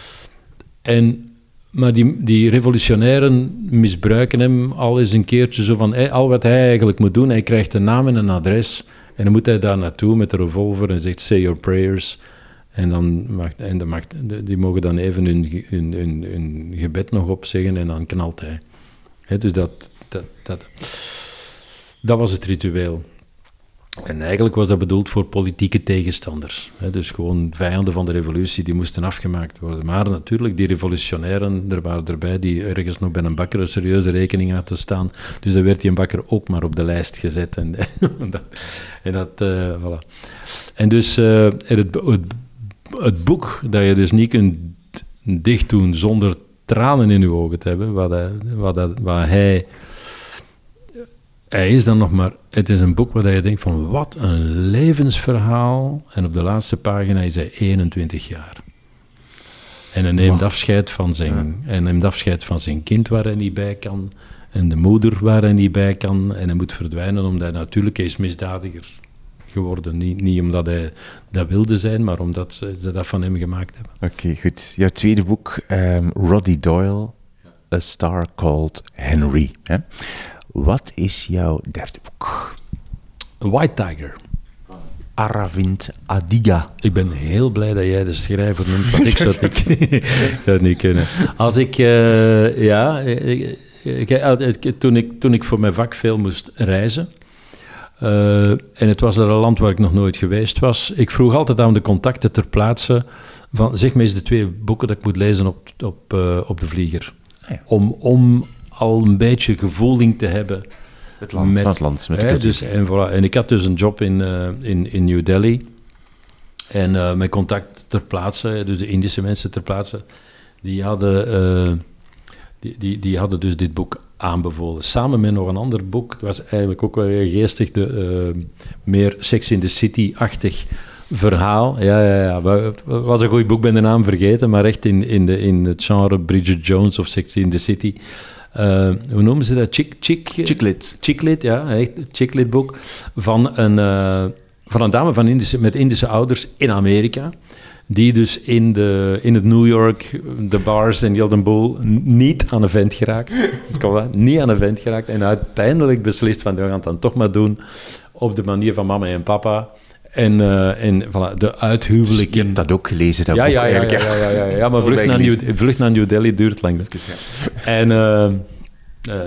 En, maar die, die revolutionairen misbruiken hem al eens een keertje zo van, hey, al wat hij eigenlijk moet doen, hij krijgt een naam en een adres en dan moet hij daar naartoe met de revolver en zegt, say your prayers. En dan mag, en dan mag, die mogen dan even hun, hun, hun, hun gebed nog opzeggen en dan knalt hij. Hè, dus dat... dat, dat Dat was het ritueel. En eigenlijk was dat bedoeld voor politieke tegenstanders. Hè? Dus gewoon vijanden van de revolutie, die moesten afgemaakt worden. Maar natuurlijk, die revolutionairen, er waren erbij die ergens nog bij een bakker een serieuze rekening hadden staan. Dus dan werd die een bakker ook maar op de lijst gezet. En, dat, en, dat, uh, voilà. en dus uh, het, het, het boek dat je dus niet kunt dicht doen zonder tranen in je ogen te hebben, wat, hij, wat, dat, wat hij... Hij is dan nog maar... Het is een boek waar je denkt van, wat een levensverhaal. En op de laatste pagina is hij eenentwintig jaar. En hij neemt, wow. afscheid van zijn, ja. hij neemt afscheid van zijn kind waar hij niet bij kan. En de moeder waar hij niet bij kan. En hij moet verdwijnen omdat hij natuurlijk hij is misdadiger geworden. Niet, niet omdat hij dat wilde zijn, maar omdat ze, ze dat van hem gemaakt hebben. Oké, okay, goed. Jouw tweede boek, um, Roddy Doyle, A Star Called Henry. Hè? Wat is jouw derde boek? White Tiger. Aravind Adiga. Ik ben heel blij dat jij de schrijver noemt, want ik zou het niet, zou het niet kunnen. Als ik... Uh, ja... Ik, ik, toen, ik, toen ik voor mijn vak veel moest reizen... Uh, en het was er een land waar ik nog nooit geweest was... Ik vroeg altijd aan de contacten ter plaatse... van zeg me eens de twee boeken dat ik moet lezen op, op, uh, op de vlieger. Ah ja. Om... om al een beetje gevoeling te hebben. Het land, met, van het land. Met hè, dus, en, voilà. en ik had dus een job in, uh, in, in New Delhi. En uh, mijn contact ter plaatse, dus de Indische mensen ter plaatse, die hadden, uh, die, die, die hadden dus dit boek aanbevolen. Samen met nog een ander boek. Het was eigenlijk ook wel geestig, de, uh, meer Sex in the City-achtig verhaal. Ja, ja, ja. Het was een goed boek, ben de naam vergeten, maar echt in, in, de, in het genre Bridget Jones of Sex in the City... Uh, hoe noemen ze dat? Chick, chick, Chicklit. Chicklit, ja, echt een Chicklit boek van een, uh, van een dame van Indische, met Indische ouders in Amerika, die dus in, de, in het New York, de bars en heel de boel, niet aan een vent geraakt. niet aan een vent geraakt en uiteindelijk beslist van, we gaan het dan toch maar doen op de manier van mama en papa. En, uh, en voilà, de uithuwelijking... Je hebt dat ook gelezen, dat ja, boek ja, ja, eigenlijk. Ja, ja, ja, ja, ja maar vlucht naar, New, vlucht naar New Delhi duurt lang. Even, ja. En, uh, uh,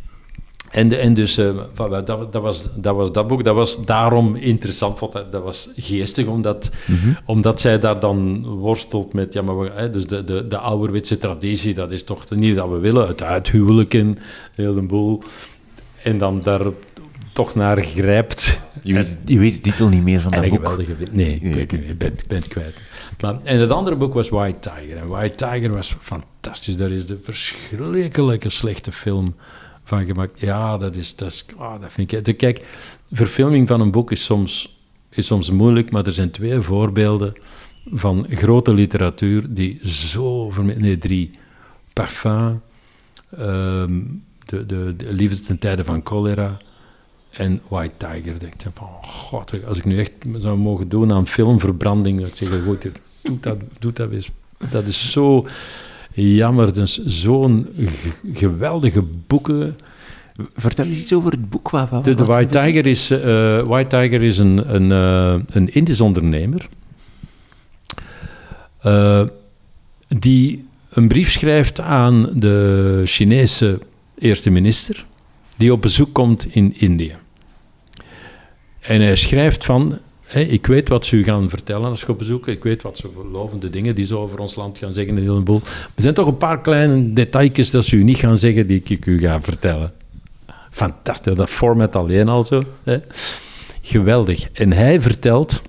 en, en dus, uh, dat, dat, was, dat was dat boek. Dat was daarom interessant, want dat, dat was geestig, omdat, mm-hmm. omdat zij daar dan worstelt met... Ja, maar we, hè, dus de, de, de ouderwetse traditie, dat is toch niet dat we willen. Het uithuwelijken, heel de boel. En dan daar... toch naar grijpt. Je weet, je weet de titel niet meer van dat boek. Geweldige, nee, nee, ik, ik ben, ben het kwijt. Maar, en het andere boek was White Tiger. En White Tiger was fantastisch. Daar is de verschrikkelijke slechte film van gemaakt. Ja, dat is... Dat, is, oh, dat vind ik... Kijk, verfilming van een boek is soms, is soms moeilijk, maar er zijn twee voorbeelden van grote literatuur die zo... Nee, drie. Parfum, um, de, de, de Liefde ten tijde van cholera en White Tiger. Denk ik van, oh god, als ik nu echt zou mogen doen aan filmverbranding, dat ik zeg, goed, doe dat, doe dat eens. Dat is zo jammer. Dus zo'n g- geweldige boeken... Vertel eens iets over het boek. Wat, wat, de de wat White, Tiger is, uh, White Tiger is een, een, uh, een Indisch ondernemer uh, die een brief schrijft aan de Chinese eerste minister die op bezoek komt in Indië. En hij schrijft van... Hey, ik weet wat ze u gaan vertellen als je op bezoek. Ik weet wat ze lovende dingen die ze over ons land gaan zeggen. Een heleboel. Er zijn toch een paar kleine detailjes dat ze u niet gaan zeggen die ik u ga vertellen. Fantastisch, dat format alleen al zo. Hè? Geweldig. En hij vertelt,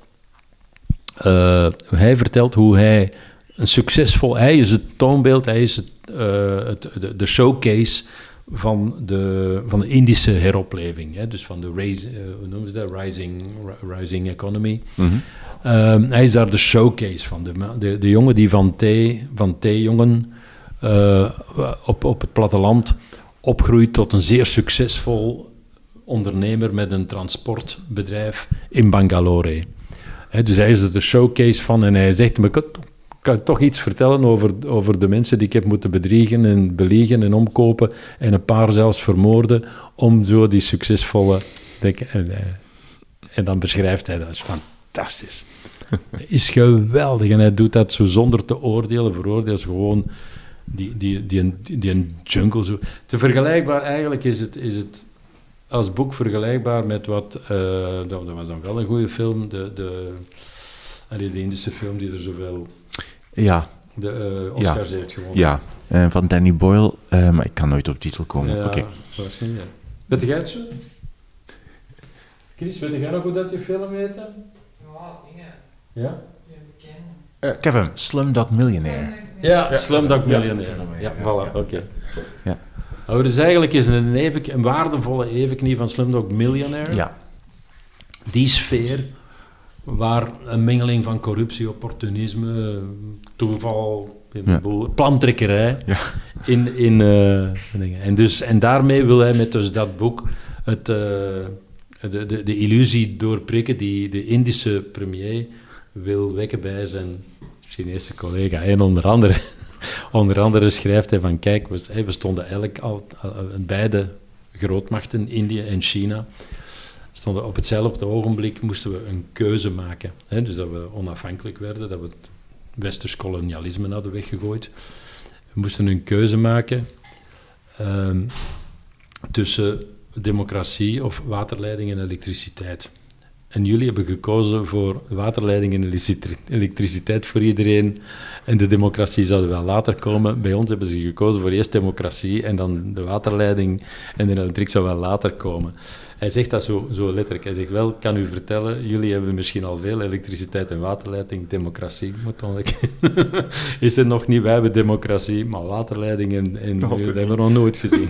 uh, hij vertelt hoe hij een succesvol... Hij is het toonbeeld, hij is het, uh, het, de, de showcase van de, van de Indische heropleving. Hè? Dus van de raise, uh, hoe noemen ze dat? Rising, rising economy. Mm-hmm. Uh, hij is daar de showcase van. De, de, de jongen die van thee, van theejongen uh, op, op het platteland opgroeit tot een zeer succesvol ondernemer met een transportbedrijf in Bangalore. He, dus hij is er de showcase van en hij zegt, maar ik kan, kan toch iets vertellen over, over de mensen die ik heb moeten bedriegen en beliegen en omkopen en een paar zelfs vermoorden om zo die succesvolle... En, en dan beschrijft hij dat, dat is fantastisch. Dat is geweldig en hij doet dat zo zonder te oordelen, veroordelen, gewoon... Die, die, die, die, die een jungle zo. Te vergelijkbaar eigenlijk is het, is het als boek vergelijkbaar met wat, uh, dat, dat was dan wel een goede film, de, de, allee, de Indische film die er zoveel ja. de uh, Oscars ja. heeft gewonnen. Ja, uh, van Danny Boyle, uh, maar ik kan nooit op titel komen. Ja, okay. Misschien, ja. Weet jij het zo? Chris, weet jij nog hoe dat die film heette? Ja, dingen. Ja? Uh, Kevin, Slumdog Millionaire. Ja, ja Slumdog Millionaire. Ja, ja, voilà, oké. Okay. Ja. Nou, dus eigenlijk is een, even, een waardevolle evenknie van Slumdog Millionaire. Ja. Die sfeer waar een mengeling van corruptie, opportunisme, toeval, ja. boel, plantrekkerij ja. in, in uh, dingen. En, dus, en daarmee wil hij met dus dat boek het, uh, de, de, de illusie doorprikken die de Indische premier wil wekken bij zijn Chinese collega. En onder andere, onder andere schrijft hij van, kijk, we, we stonden eigenlijk al, al, beide grootmachten, India en China, stonden op hetzelfde ogenblik, moesten we een keuze maken. Hè, dus dat we onafhankelijk werden, dat we het westers kolonialisme hadden weggegooid. We moesten een keuze maken um, tussen democratie of waterleiding en elektriciteit. En jullie hebben gekozen voor waterleiding en elektriciteit voor iedereen. En de democratie zou wel later komen. Bij ons hebben ze gekozen voor eerst democratie en dan de waterleiding en de elektriek zou wel later komen. Hij zegt dat zo, zo letterlijk. Hij zegt wel, ik kan u vertellen, jullie hebben misschien al veel elektriciteit en waterleiding. Democratie moet is er nog niet. Wij hebben democratie, maar waterleiding en, en dat hebben we nog nooit gezien.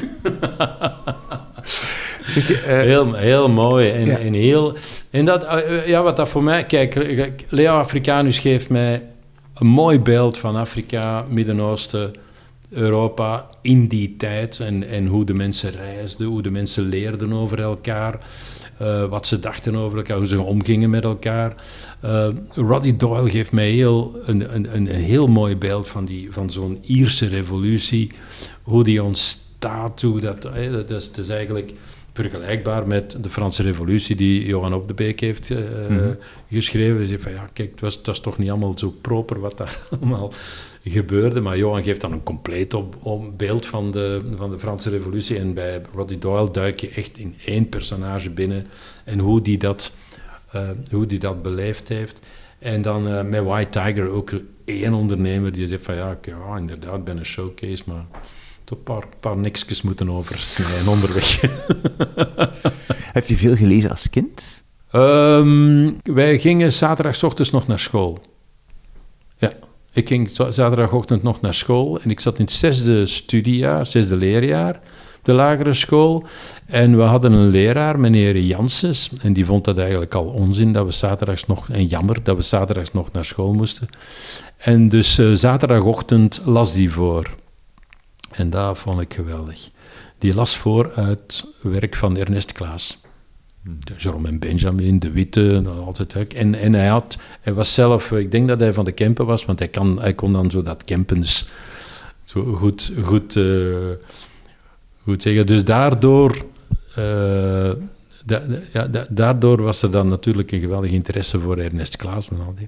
Zeg je, uh, heel, heel mooi en, ja. en heel... En dat, uh, ja, wat dat voor mij... Kijk, Leo Africanus geeft mij een mooi beeld van Afrika, Midden-Oosten, Europa in die tijd en, en hoe de mensen reisden, hoe de mensen leerden over elkaar, uh, wat ze dachten over elkaar, hoe ze omgingen met elkaar. Uh, Roddy Doyle geeft mij heel, een, een, een heel mooi beeld van, die, van zo'n Ierse revolutie, hoe die ontstaat, hoe dat... Hey, dat is, het is eigenlijk... vergelijkbaar met de Franse revolutie die Johan Op de Beek heeft uh, mm-hmm. geschreven. Hij zei van ja, kijk, het was, het was toch niet allemaal zo proper wat daar allemaal gebeurde, maar Johan geeft dan een compleet op, op beeld van de, van de Franse revolutie en bij Roddy Doyle duik je echt in één personage binnen en hoe die dat, uh, hoe die dat beleefd heeft. En dan uh, met White Tiger ook één ondernemer die zegt van ja, ik, ja inderdaad, ik ben een showcase, maar toch een paar, paar niksjes moeten oversnijden onderweg. Heb je veel gelezen als kind? Um, wij gingen zaterdagochtend nog naar school. Ja, ik ging zaterdagochtend nog naar school en ik zat in het zesde studiejaar, zesde leerjaar. Dat de lagere school. En we hadden een leraar, meneer Janssens, en die vond dat eigenlijk al onzin, dat we zaterdags nog, en jammer, dat we zaterdags nog naar school moesten. En dus uh, zaterdagochtend las die voor. En dat vond ik geweldig. Die las voor uit werk van Ernest Claes. De Jerome en Benjamin, De Witte, altijd. En, en hij, had, hij was zelf, ik denk dat hij van de Kempen was, want hij, kan, hij kon dan zo dat Kempens zo goed, goed, uh, goed zeggen. Dus daardoor, uh, da, ja, da, daardoor was er dan natuurlijk een geweldig interesse voor Ernest Claes. En al die.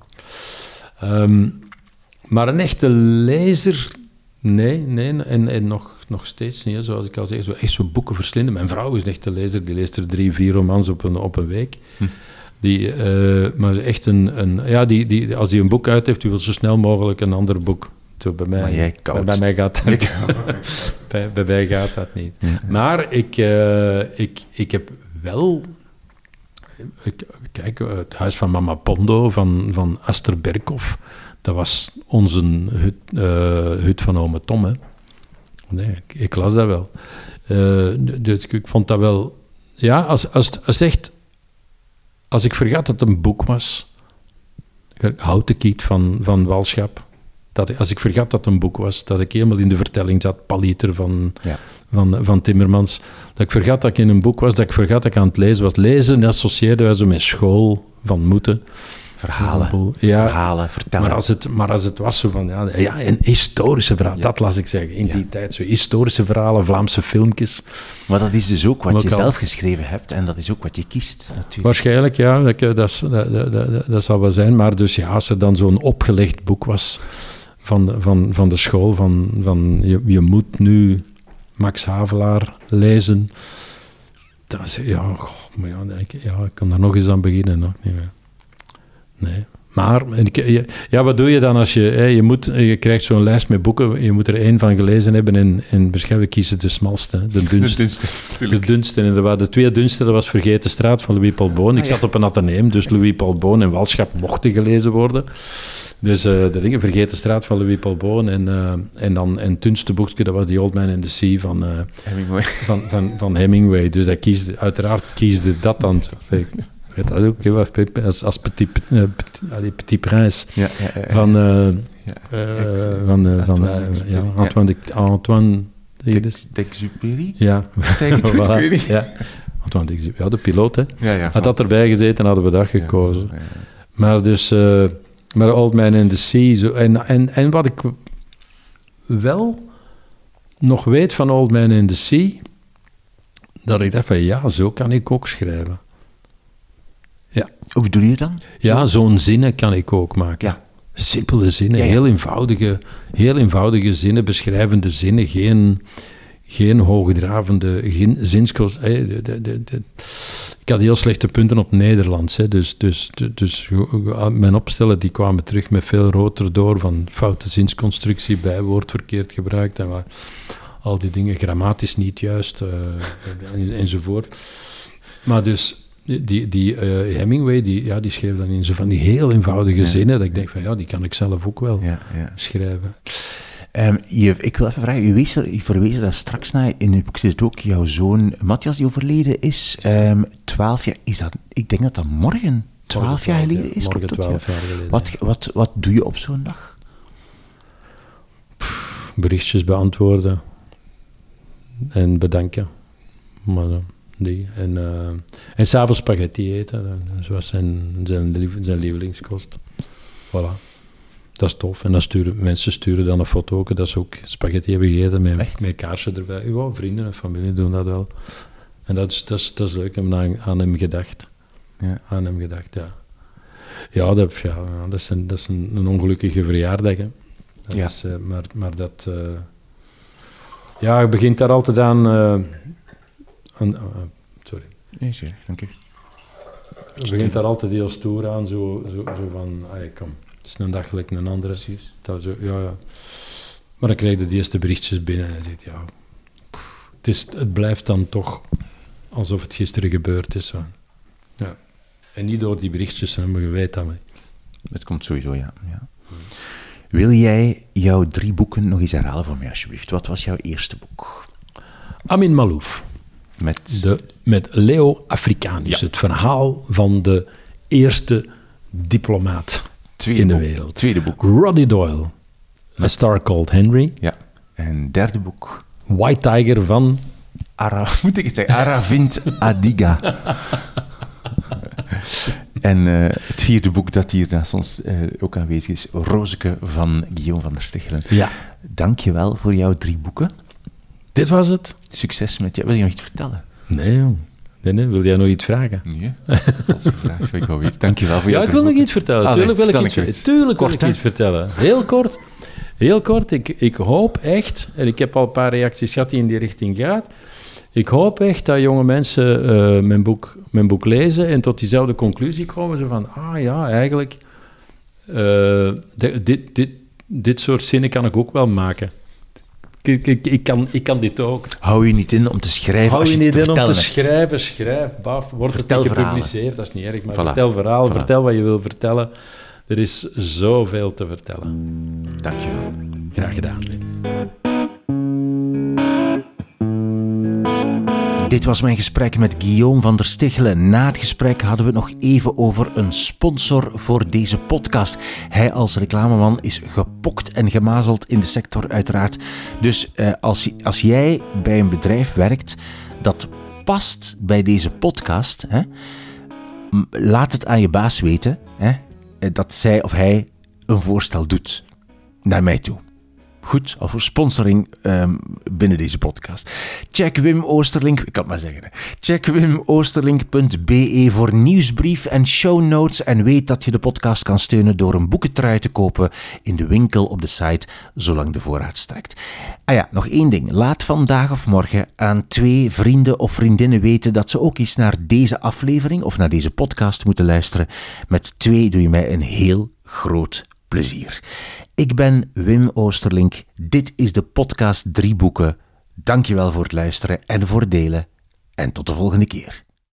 Um, maar een echte lezer, nee, nee, en, en nog... Nog steeds niet, hè. Zoals ik al zei, zo echt zo boeken verslinden. Mijn vrouw is echt een lezer, die leest er drie, vier romans op een, op een week. Hm. Die, uh, maar echt een... een ja, die, die, als die een boek uit heeft, die wil zo snel mogelijk een ander boek. Zo bij, mij, bij, bij mij gaat dat niet. bij, bij mij gaat dat niet. Ja. Maar ik, uh, ik, ik heb wel... Ik, kijk, het huis van Mama Pondo, van, van Aster Berkhoff, dat was onze hut, uh, hut van ome Tom, hè. Nee, ik, ik las dat wel. Uh, dus ik vond dat wel... Ja, als, als, als echt... Als ik vergat dat het een boek was... Houtenkiet van, van Walschap. Dat, als ik vergat dat het een boek was, dat ik helemaal in de vertelling zat, Paliter van, ja. van, van Timmermans, dat ik vergat dat ik in een boek was, dat ik vergat dat ik aan het lezen was. Lezen associeerden wij zo met school, van moeten... Verhalen, ja, verhalen, vertellen. Maar als, het, maar als het was zo van... Ja, ja een historische verhaal, ja. Dat las ik zeggen. In ja. die tijd, zo historische verhalen, Vlaamse filmpjes. Maar dat is dus ook wat ook je al... zelf geschreven hebt en dat is ook wat je kiest, natuurlijk. Waarschijnlijk, ja. Dat, dat, dat, dat, dat, dat zal wel zijn. Maar dus ja, als er dan zo'n opgelegd boek was van de, van, van de school, van, van je, je moet nu Max Havelaar lezen. Dat is, ja, goh, maar ja, ik, ja, ik kan daar nog eens aan beginnen. Nog niet meer. Nee, maar ja, wat doe je dan als je... Hè, je, moet, je krijgt zo'n lijst met boeken, je moet er één van gelezen hebben en, en waarschijnlijk kiezen de smalste, de dunste. De dunste, de dunste. En er waren de twee dunste, dat was Vergeten Straat van Louis Paul Boon. Ik ah, ja. zat op een ateneum, dus Louis Paul Boon en Walschap mochten gelezen worden. Dus uh, de dingen, Vergeten Straat van Louis Paul Boon en, uh, en dan en het dunste boekje, dat was The Old Man and the Sea van, uh, Hemingway. Van, van, van Hemingway. Dus dat kiesde, uiteraard kiesde dat dan. Het dat ook als, als petit, uh, petit, petit Prince ja, ja, ja, ja. van, uh, ja, uh, van, uh, van uh, ja, Antoine de Antoine d'Exupéry. Ja, voilà, ja. Antoine d'Exupéry, ja, de piloot, hè. Ja, ja, had dat erbij gezeten, hadden we dat gekozen. Ja, ja, ja. Maar dus, uh, maar Old Man and the Sea, zo, en, en, en wat ik wel nog weet van Old Man and the Sea, dat ik dacht van ja, zo kan ik ook schrijven. Ja. Hoe bedoel je dan? Ja, zo'n zinnen kan ik ook maken. Ja. Simpele zinnen, ja, ja. Heel, eenvoudige, heel eenvoudige zinnen, beschrijvende zinnen, geen, geen hoogdravende zinsco's. Hey, de, de, de, de. Ik had heel slechte punten op Nederlands, hè, dus, dus, dus mijn opstellen die kwamen terug met veel rood erdoor, van foute zinsconstructie, bijwoord verkeerd gebruikt, en waar, al die dingen, grammatisch niet juist, uh, enzovoort. Maar dus... Die, die uh, Hemingway, die, ja, die schreef dan in zo van die heel eenvoudige ja. zinnen, dat ik denk van ja, die kan ik zelf ook wel ja, ja. schrijven. Um, je, ik wil even vragen, je, wees er, je verwees daar straks naar, in het boek zit ook jouw zoon Matthias die overleden is, um, twaalf jaar, is dat, ik denk dat dat morgen twaalf jaar geleden is. Morgen twaalf jaar geleden. Wat, wat, wat doe je op zo'n dag? Pff, berichtjes beantwoorden en bedanken. Maar dan... Die. En, uh, en s'avonds spaghetti eten, zoals zijn, zijn, lief, zijn lievelingskost. Voilà. Dat is tof. En dan sturen, mensen sturen dan een foto ook, dat ze ook spaghetti hebben gegeten met, met kaarsen erbij. Ja, vrienden en familie doen dat wel. En dat is, dat is, dat is leuk, ik heb aan, aan hem gedacht. Ja. Aan hem gedacht, ja. Ja, dat, ja, dat is, een, dat is een, een ongelukkige verjaardag, hè. Dat ja. is, uh, maar, maar dat... Uh, ja, je begint daar altijd aan... Uh, An, uh, sorry. Nee, sorry, dank u. Je begint daar altijd heel stoer aan, zo, zo, zo van, ah, kom, het is een dag gelijk een andere. Dat, zo, ja, ja. Maar dan krijg je de eerste berichtjes binnen en je zegt, ja, pff, het, is, het blijft dan toch alsof het gisteren gebeurd is. Zo. Ja. En niet door die berichtjes, maar je weet dat. Het komt sowieso, ja. ja. Wil jij jouw drie boeken nog eens herhalen voor mij, alsjeblieft? Wat was jouw eerste boek? Amin Maalouf. Met, de, met Leo Africanus. Ja. Het verhaal van de eerste diplomaat tweede in de boek, wereld. Tweede boek. Roddy Doyle. Met, A Star Called Henry. Ja. En derde boek. White Tiger van... Ara, moet ik het zeggen? Aravind Adiga. En uh, het vierde boek dat hier naast ons uh, ook aanwezig is, Rozeke van Guillaume van der Stichelen. Ja. Dank je wel voor jouw drie boeken. Dit was het. Succes met je. Wil je nog iets vertellen? Nee, jong. Nee, nee. Wil jij nog iets vragen? Nee, dat is een vraag, zou ik wel weten. Dank je wel voor jouw Ja, ik wil nog iets vertellen. Ah, Tuurlijk nee, wil ik iets, ik iets. Tuurlijk kort, wil ik iets vertellen. Heel kort. Heel kort. Ik, ik hoop echt, en ik heb al een paar reacties gehad die in die richting gaat. Ik hoop echt dat jonge mensen uh, mijn, boek, mijn boek lezen en tot diezelfde conclusie komen. Ze van, ah ja, eigenlijk, uh, de, dit, dit, dit soort zinnen kan ik ook wel maken. Ik, ik, ik, kan, ik kan dit ook. Hou je niet in om te schrijven Hou als je, je niet te in om te hebt. schrijven, schrijf, baf. Wordt vertel het niet verhalen. gepubliceerd, dat is niet erg, maar Voilà. vertel verhalen, Voilà. vertel wat je wil vertellen. Er is zoveel te vertellen. Dank je wel. Graag gedaan. Dit was mijn gesprek met Guillaume van der Stichelen. Na het gesprek hadden we het nog even over een sponsor voor deze podcast. Hij als reclameman is gepokt en gemazeld in de sector uiteraard. Dus eh, als, als jij bij een bedrijf werkt dat past bij deze podcast, hè, laat het aan je baas weten, hè, dat zij of hij een voorstel doet naar mij toe. Goed, al voor sponsoring um, binnen deze podcast. Check Wim Oosterlink, ik kan het maar zeggen. Hè. Check wim oosterlink punt b e voor nieuwsbrief en show notes. En weet dat je de podcast kan steunen door een boekentrui te kopen in de winkel op de site, zolang de voorraad strekt. Ah ja, nog één ding. Laat vandaag of morgen aan twee vrienden of vriendinnen weten dat ze ook eens naar deze aflevering of naar deze podcast moeten luisteren. Met twee doe je mij een heel groot plezier. Ik ben Wim Oosterlink. Dit is de podcast Drie Boeken. Dank je wel voor het luisteren en voor het delen. En tot de volgende keer.